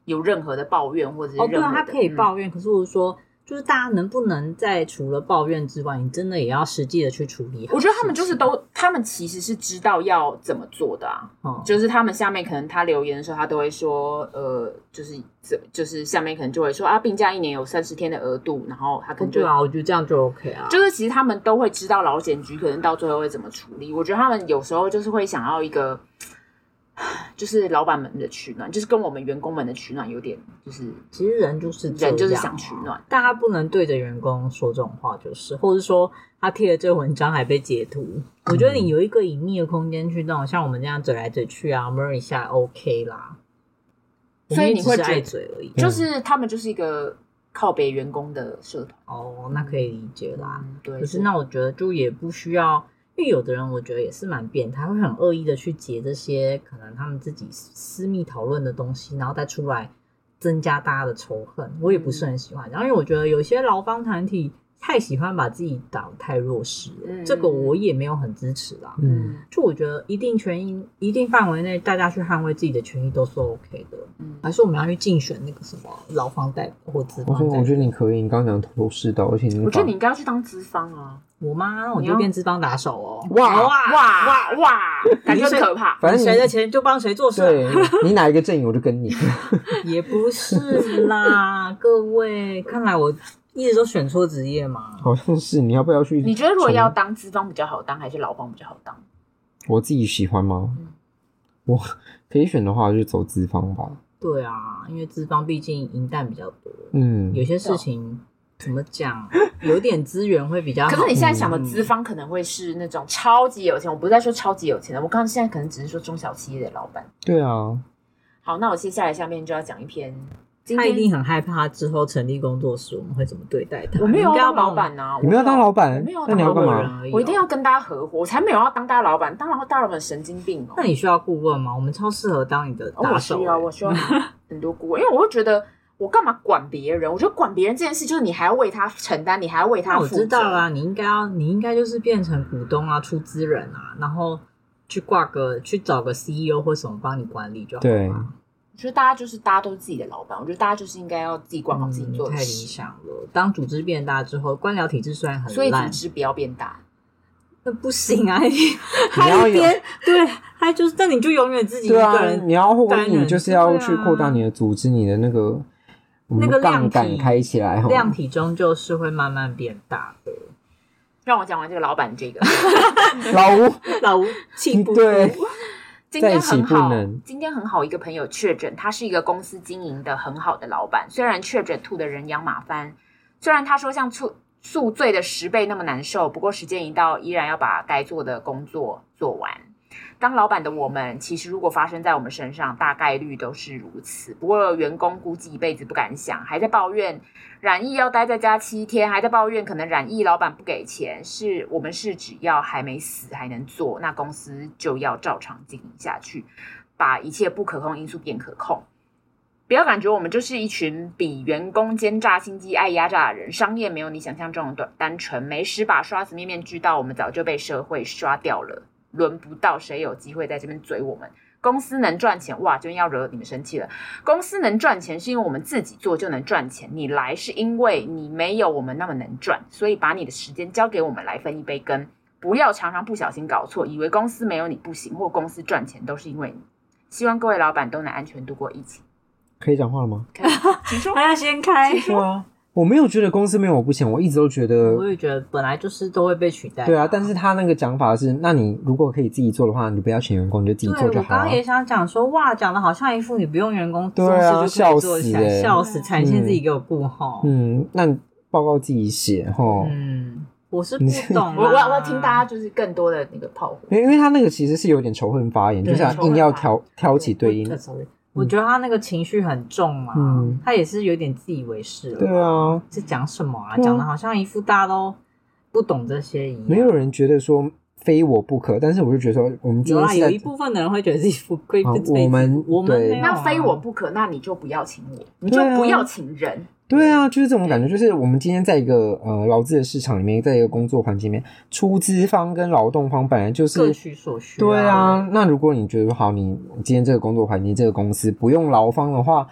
有任何的抱怨或者是任何的。 对啊，他可以抱怨，可是我说。就是大家能不能在除了抱怨之外，你真的也要实际的去处理好。 我觉得他们就是他们其实是知道要怎么做的啊。就是他们下面可能他留言的时候，他都会说，就是下面可能就会说啊，病假1年有30天的额度，然后他可能就对啊，我觉得这样就 OK 啊。 就是其实他们都会知道劳检局可能到最后会怎么处理。我觉得他们有时候就是会想要一个。就是老板们的取暖，就是跟我们员工们的取暖有点，就是其实人就是想取暖， 但他不能对着员工说这种话，就是或者说他贴了这个文章还被截图，我觉得你有一个隐秘的空间去弄，像我们这样嘴来嘴去啊，摸一下 OK 啦。 所以你会只是爱嘴而已， 就是他们就是一个靠北员工的社团哦，那可以理解啦。 对， 可是那我觉得就也不需要。因为有的人我觉得也是蛮变态，会很恶意的去截这些可能他们自己私密讨论的东西，然后再出来增加大家的仇恨，我也不是很喜欢。然后因为我觉得有些劳方团体太喜欢把自己打得太弱势了，这个我也没有很支持啦。就我觉得一定权益、一定范围内，大家去捍卫自己的权益都是 OK 的。还是我们要去竞选那个什么劳方代表或资方代表？ 我觉得你可以，你刚刚讲头头是道，而且我觉得你应该要去当资方啊。 我吗？我就变资方打手哦！ 哇，感觉很可怕。 反正谁的钱就帮谁做事。 对，你哪一个阵营我就跟你。 也不是啦，各位，看来我一直都选错职业嘛。 好像是，你要不要去？ 你觉得如果要当资方比较好当，还是劳方比较好当？ 我自己喜欢吗？我可以选的话，就走资方吧。 对啊，因为资方毕竟银弹比较多。有些事情。怎么讲？有点资源会比较好。 可是你现在想的资方可能会是那种超级有钱，我不是在说超级有钱的，我刚刚现在可能只是说中小企业的老板。 对啊。 好，那我接下来下面就要讲一篇。 他一定很害怕之后成立工作室我们会怎么对待他。 我没有要当老板啊， 你没有当老板，那你要干嘛？ 我一定要跟大家合伙，我才没有要当大老板，当大老板神经病哦。 那你需要顾问吗？我们超适合当你的打手。 我需要很多顾问，因为我会觉得。我干嘛管别人？我觉得管别人这件事，就是你还要为他承担，你还要为他负责。 我知道啦，你应该就是变成股东啊，出资人啊，然后去找个 CEO 或什么帮你管理就好了。对， 我觉得大家都是自己的老板，我觉得大家就是应该要自己管好自己做的事。 太理想了。当组织变大之后，官僚体制虽然很烂， 所以组织不要变大。 那不行啊！他一边对，他就是，但你就永远自己一个人。 对啊，你要获利，你就是要去扩大你的组织，你的那个杠杆开起来， 量体终究是会慢慢变大的。 让我讲完这个老板这个老吴气不对。 今天很好，一个朋友确诊，他是一个公司经营的很好的老板，虽然确诊吐得人仰马翻，虽然他说像宿醉的10倍那么难受，不过时间一到，依然要把该做的工作做完。当老板的我们，其实如果发生在我们身上，大概率都是如此。不过员工估计一辈子不敢想，还在抱怨染疫要待在家7天，还在抱怨可能染疫老板不给钱。我们是只要还没死还能做，那公司就要照常经营下去，把一切不可控因素变可控。不要感觉我们就是一群比员工奸诈心机爱压榨的人，商业没有你想象中的单纯，没10把刷子面面俱到，我们早就被社会刷掉了，轮不到谁有机会在这边嘴我们。公司能赚钱，哇，这边要惹你们生气了。公司能赚钱是因为我们自己做就能赚钱，你来是因为你没有我们那么能赚，所以把你的时间交给我们来分一杯羹，不要常常不小心搞错，以为公司没有你不行，或公司赚钱都是因为你。希望各位老板都能安全度过疫情。 可以讲话了吗？ 可以，请说。 还要先开。 对啊，我没有觉得公司没有我不行，我一直都觉得， 我也觉得本来就是都会被取代。 对啊，但是他那个讲法是，那你如果可以自己做的话，你不要请员工，你就自己做就好了。 我刚刚也想讲说，哇，讲的好像一副你不用员工做事就可以做起来，笑死，产线自己给我顾好。 那你报告自己写齁。 我是不懂我要听大家就是更多的那个炮火， 因为他那个其实是有点仇恨发言，就是硬要挑起对应。 我觉得他那个情绪很重啊，他也是有点自以为是了。 对啊， 是讲什么啊？讲的好像一副大家都不懂这些一样。 没有人觉得说非我不可，但是我就觉得说，我们今天是有一部分的人会觉得自己不归我们没有那非我不可，那你就不要请我，你就不要请人。 对啊，就是这种感觉，就是我们今天在一个劳资的市场里面，在一个工作环境里面，出资方跟劳动方本来就是各取所需。 对啊，那如果你觉得好，你今天这个工作环境，这个公司不用劳方的话，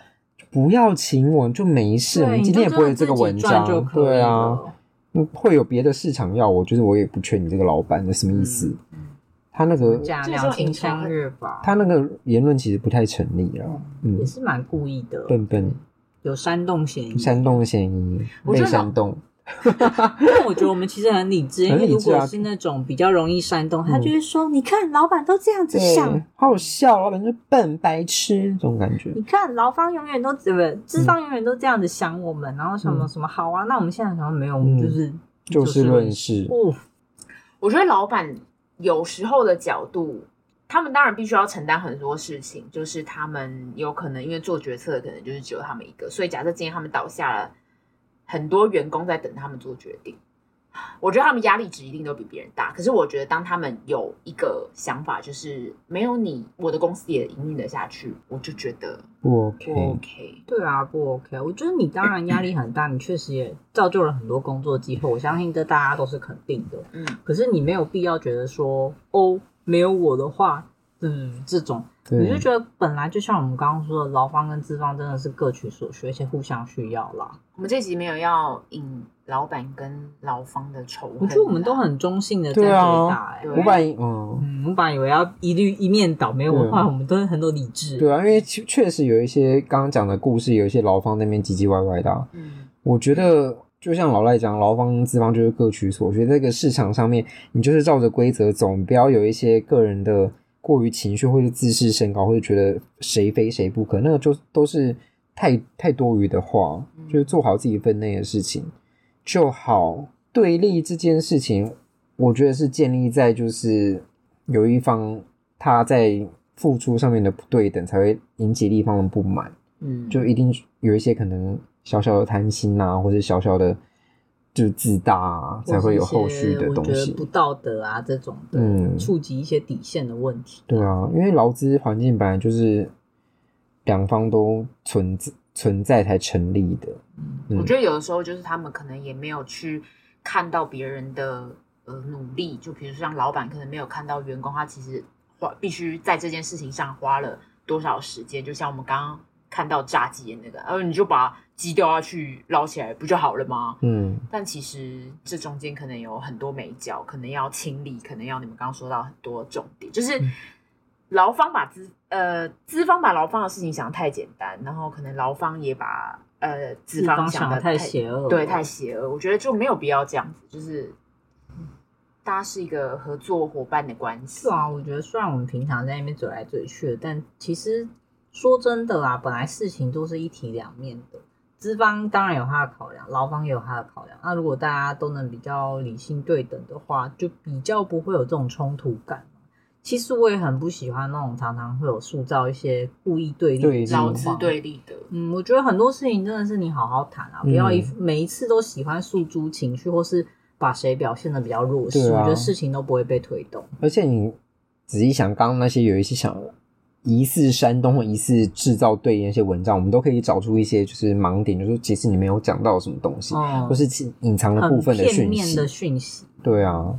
不要请我就没事，我们今天也不会有这个文章，对啊，会有别的市场要我，就是我也不缺你这个老板，这什么意思？他那个假两情相悦吧， 他那个言论其实不太成立啦， 也是蛮故意的， 笨笨， 有煽动嫌疑， 被煽动。 但我觉得我们其实很理智，因为如果是那种比较容易煽动，他就会说：“你看，老板都这样子想， 好好笑，老板就笨白痴这种感觉。 你看，劳方永远都资方永远都这样子想我们，然后什么什么好啊，那我们现在想没有，我们就事论事。 我觉得老板有时候的角度，他们当然必须要承担很多事情，就是他们有可能因为做决策的可能就是只有他们一个，所以假设今天他们倒下了。很多员工在等他们做决定，我觉得他们压力值一定都比别人大。可是我觉得，当他们有一个想法，就是没有你，我的公司也营运得下去，我就觉得不 OK。 对啊，不 OK。我觉得你当然压力很大，你确实也造就了很多工作机会，我相信这大家都是肯定的。可是你没有必要觉得说，没有我的话，这种。我就觉得本来就像我们刚刚说的，劳方跟资方真的是各取所需，而且互相需要啦。 我们这集没有要引老板跟劳方的仇恨， 我觉得我们都很中性的在对待。 我本来以为要一面倒，没有的话，我们都很多理智。 对啊，因为确实有一些刚刚讲的故事，有一些劳方那边唧唧歪歪的。我觉得就像老赖讲，劳方跟资方就是各取所需。这个市场上面，你就是照着规则走，你不要有一些个人的。过于情绪或是自视甚高，或者觉得谁非谁不可，那个就都是太多余的话，就是做好自己分内的事情就好。对立这件事情，我觉得是建立在就是有一方他在付出上面的不对等，才会引起另一方的不满。就一定有一些可能小小的贪心啊，或者小小的。就是自大啊，才会有后续的东西。我觉得不道德啊，这种的，触及一些底线的问题。 对啊，因为劳资环境本来就是两方都存在才成立的。 我觉得有的时候就是他们可能也没有去看到别人的努力，就比如说像老板可能没有看到员工他其实必须在这件事情上花了多少时间，就像我们刚刚看到炸鸡的那个，你就把鸡掉下去捞起来不就好了吗？但其实这中间可能有很多眉角，可能要清理，可能要你们刚刚说到很多重点，就是劳方把资方把劳方的事情想得太简单，然后可能劳方也把资方想得太邪恶， 对，太邪恶。我觉得就没有必要这样子，就是大家是一个合作伙伴的关系。 对啊，我觉得虽然我们平常在那边嘴来嘴去的，但其实说真的啦，本来事情都是一体两面的。资方当然有他的考量，劳方也有他的考量。那如果大家都能比较理性对等的话，就比较不会有这种冲突感。其实我也很不喜欢那种常常会有塑造一些故意对立的劳资对立的。 我觉得很多事情真的是你好好谈啊，不要每一次都喜欢诉诸情绪，或是把谁表现得比较弱势。我觉得事情都不会被推动。 而且你仔细想，刚刚那些有一些想疑似煽动或疑似制造对立那些文章，我们都可以找出一些就是盲点，就是其实你没有讲到什么东西，或是隐藏的部分的讯息， 很片面的讯息。 对啊，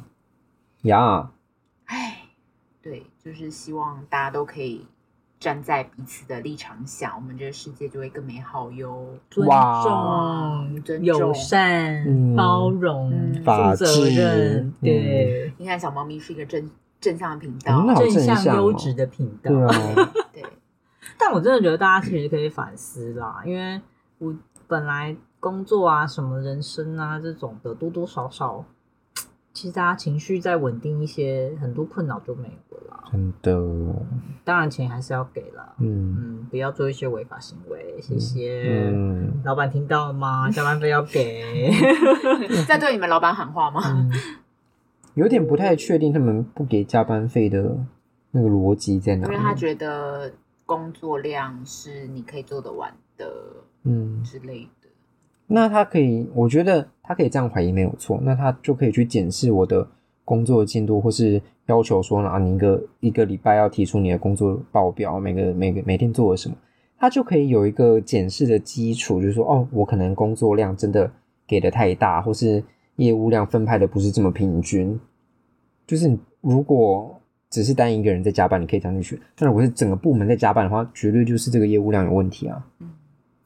对，就是希望大家都可以站在彼此的立场想，我们这个世界就会更美好哟。 尊重、友善、包容、负责任。对， 你看小猫咪是一个正向的频道， 正向优质的频道。 对， 但我真的觉得大家其实可以反思啦，因为我本来工作啊、什么人生啊这种的，多多少少，其实大家情绪再稳定一些，很多困扰就没有了啦。 真的， 当然钱还是要给啦。不要做一些违法行为，谢谢。老板听到了吗？加班费要给。 在对你们老板喊话吗？ 有点不太确定他们不给加班费的那个逻辑在哪里， 因为他觉得工作量是你可以做得完的，之类的。 那他可以，我觉得他可以这样怀疑没有错，那他就可以去检视我的工作进度，或是要求说你一个礼拜要提出你的工作报表，每天做了什么，他就可以有一个检视的基础，就是说我可能工作量真的给的太大，或是业务量分派的不是这么平均。就是如果只是单一个人在加班，你可以这样去；但如果是整个部门在加班的话，绝对就是这个业务量有问题啊。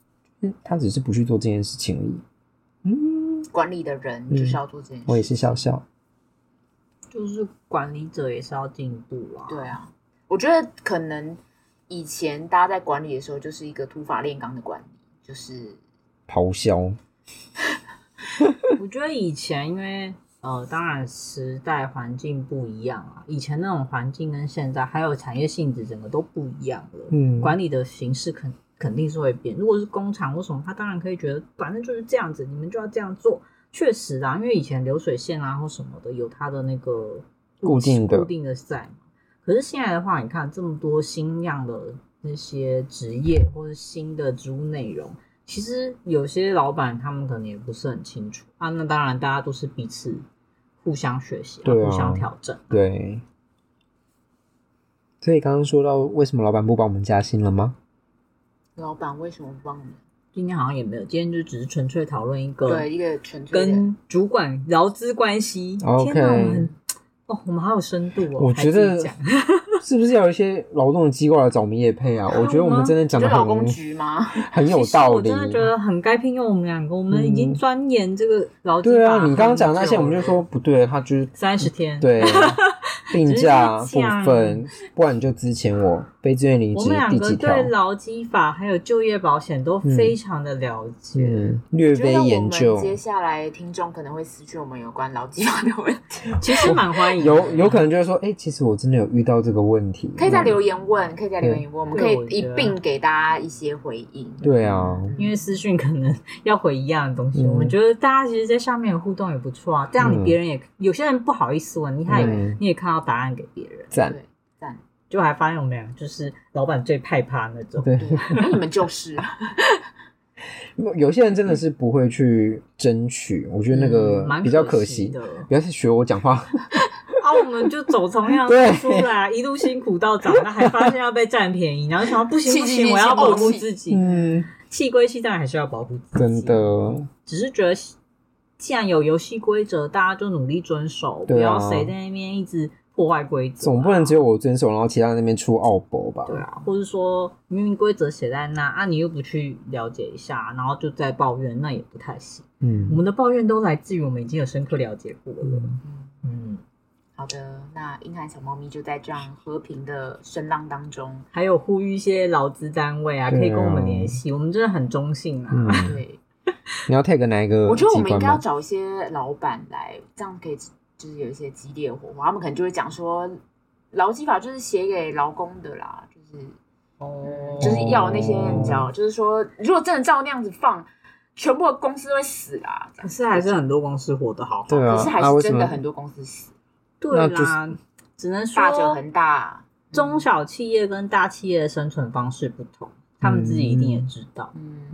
他只是不去做这件事情而已。 管理的人就是要做这件事。 我也是笑笑。 就是管理者也是要进步啊。 对啊，我觉得可能以前大家在管理的时候，就是一个土法炼钢的管理，就是咆哮。 我觉得以前因为当然时代环境不一样啊，以前那种环境跟现在还有产业性质整个都不一样了。管理的形式肯定是会变。如果是工厂或什么，他当然可以觉得反正就是这样子，你们就要这样做。确实啊，因为以前流水线啊或什么的有它的那个固定的在嘛。可是现在的话，你看这么多新样的那些职业或者新的职务内容，其实有些老板他们可能也不是很清楚啊。那当然大家都是彼此互相学习互相调整。 对。所以刚刚说到为什么老板不帮我们加薪了吗？ 老板为什么不帮我们？ 今天好像也没有，今天就只是纯粹讨论一个纯粹跟主管劳资关系。 Okay. 天哪，我们好有深度哦！ 我觉得是不是要有一些劳动的机构来找我们业配啊？我觉得我们真的讲的劳工局吗？ 很有道理。 我真的觉得很该聘用我们两个，我们已经钻研这个劳基法。 对啊，你刚刚讲的那些，我们就说不对，他就是 30天。 对。病假部分，不然你就之前我非自愿离职第几条？ 我们两个对劳基法还有就业保险都非常的了解， 略微研究。 我们接下来听众可能会私讯我们有关劳基法的问题， 其实蛮欢迎。 有可能就是说，其实我真的有遇到这个问题， 可以在留言问，我们可以一并给大家一些回应。 对啊， 因为私讯可能要回一样的东西，我们觉得大家其实在上面有互动也不错啊，这样别人也有些人不好意思问你也看到答案给别人。 赞， 就还发现我们俩就是老板最害怕那种。 对， 你们就是有些人真的是不会去争取，我觉得那个比较可惜的。 不要去学我讲话我们就走同样的出来，一路辛苦到长大，还发现要被占便宜，然后想到不行，我要保护自己。气归气，当然还是要保护自己。 真的， 只是觉得既然有游戏规则，大家就努力遵守，不要谁在那边一直破坏规则。 总不能只有我遵守，然后其他人那边出奥博吧？ 对啊，或是说明明规则写在那你又不去了解一下，然后就在抱怨，那也不太行。我们的抱怨都来自于我们已经有深刻了解过了。 好的，那硬汉小猫咪就在这样和平的声浪当中， 还有呼吁一些劳资单位可以跟我们联系，我们真的很中性对， 你要 take 哪一个？ 我觉得我们应该要找一些老板来，这样可以就是有一些激烈的火花。他们可能就会讲说，劳基法就是写给劳工的啦，就是要那些你知道，就是说如果真的照那样子放，全部的公司都会死啦。 可是还是很多公司活得好， 对啊， 可是还是真的很多公司死。 对啦，只能说大者恒大， 中小企业跟大企业的生存方式不同，他们自己一定也知道。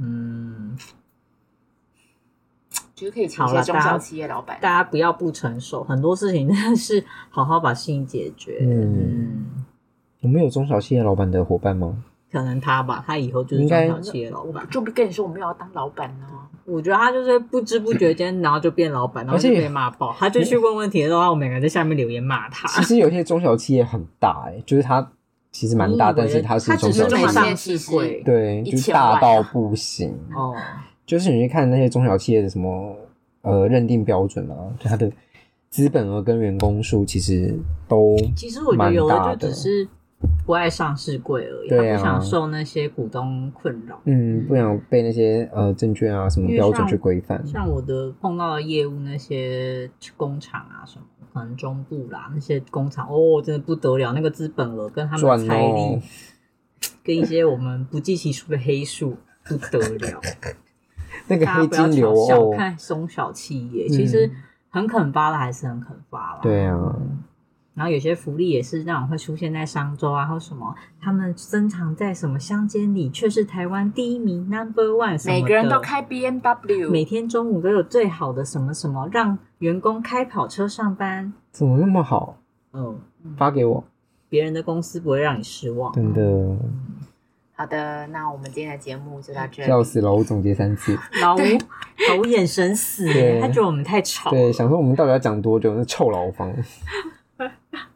觉得可以请一些中小企业老板， 大家不要不成熟，很多事情真的是好好把事情解决。 我们有中小企业老板的伙伴吗？ 可能他吧，他以后就是中小企业老板。 就跟你说我没有要当老板啊。 我觉得他就是不知不觉间，然后就变老板，然后就被骂爆。他就去问问题的时候，我们两个在下面留言骂他。 其实有些中小企业很大就是他其实蛮大，但是他是中小企业， 上市柜， 对，就是大到不行。就是你去看那些中小企业的什么认定标准啊，它的资本额跟员工数其实都蛮大的。 其实我觉得有的就只是不爱上市柜而已，他不想受那些股东困扰， 不想被那些证券啊什么标准去规范。 像我的碰到的业务那些工厂啊什么，可能中部啦那些工厂真的不得了，那个资本额跟他们的财力，跟一些我们不计其数的黑数不得了。 那个黑金流小看中小企业，其实很肯发的还是很肯发啦。 对啊。 然后有些福利也是那种会出现在商周或什么，他们珍藏在什么乡间里，却是台湾第一名 No.1 什么的。 每个人都开 BMW， 每天中午都有最好的什么什么，让员工开跑车上班。 怎么那么好？发给我， 别人的公司不会让你失望。 真的。 好的，那我们今天的节目就到这里。 笑死了，我总结3次。 老吴眼神死，他觉得我们太吵了。 对，想说我们到底要讲多久？那臭老方。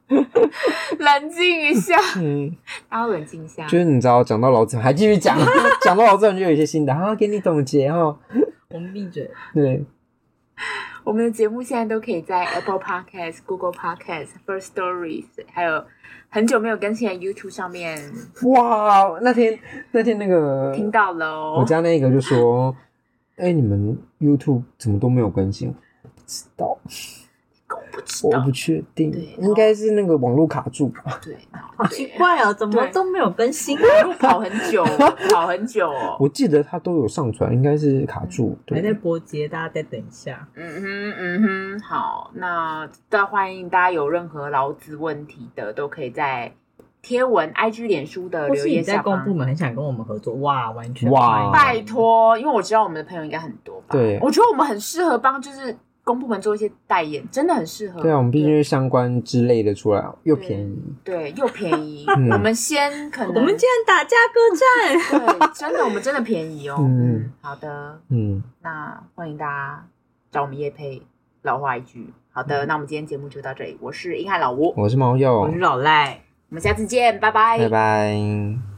冷静一下， 嗯， 大家冷静一下。 就是你知道讲到老子还继续讲，讲到老子就有一些新的，好给你总结哈。 我们闭嘴。 对， 我们的节目现在都可以在 Apple Podcast、Google Podcast、First Stories， 还有很久没有更新的 YouTube 上面哇，那天那个听到了哦。 我家那个就说，你们 YouTube 怎么都没有更新？不知道， 我不知道， 我不确定对， 应该是那个网络卡住吧。 对， 好奇怪哦，怎么都没有更新网路跑很久，跑很久哦。 我记得它都有上传，应该是卡住。 还在对， 播接，大家再等一下。 好，那欢迎大家有任何劳资问题的，都可以在贴文、IG、脸书的或是你留言下方。 在公部门很想跟我们合作，哇，完全哇欢迎拜托，因为我知道我们的朋友应该很多吧。 对我觉得我们很适合帮就是公部门做一些代言，真的很适合。 对啊，我们毕竟是相关之类的出来，又便宜。 对，又便宜。 嗯我们先可能我们竟然打价格战， 对，真的我们真的便宜哦。 嗯好的， 嗯， 那欢迎大家找我们业配，老话一句。好的，那我们今天节目就到这里。我是硬汉老吴， 我是猫鼬我是，老赖。 我们下次见，拜拜， 拜拜。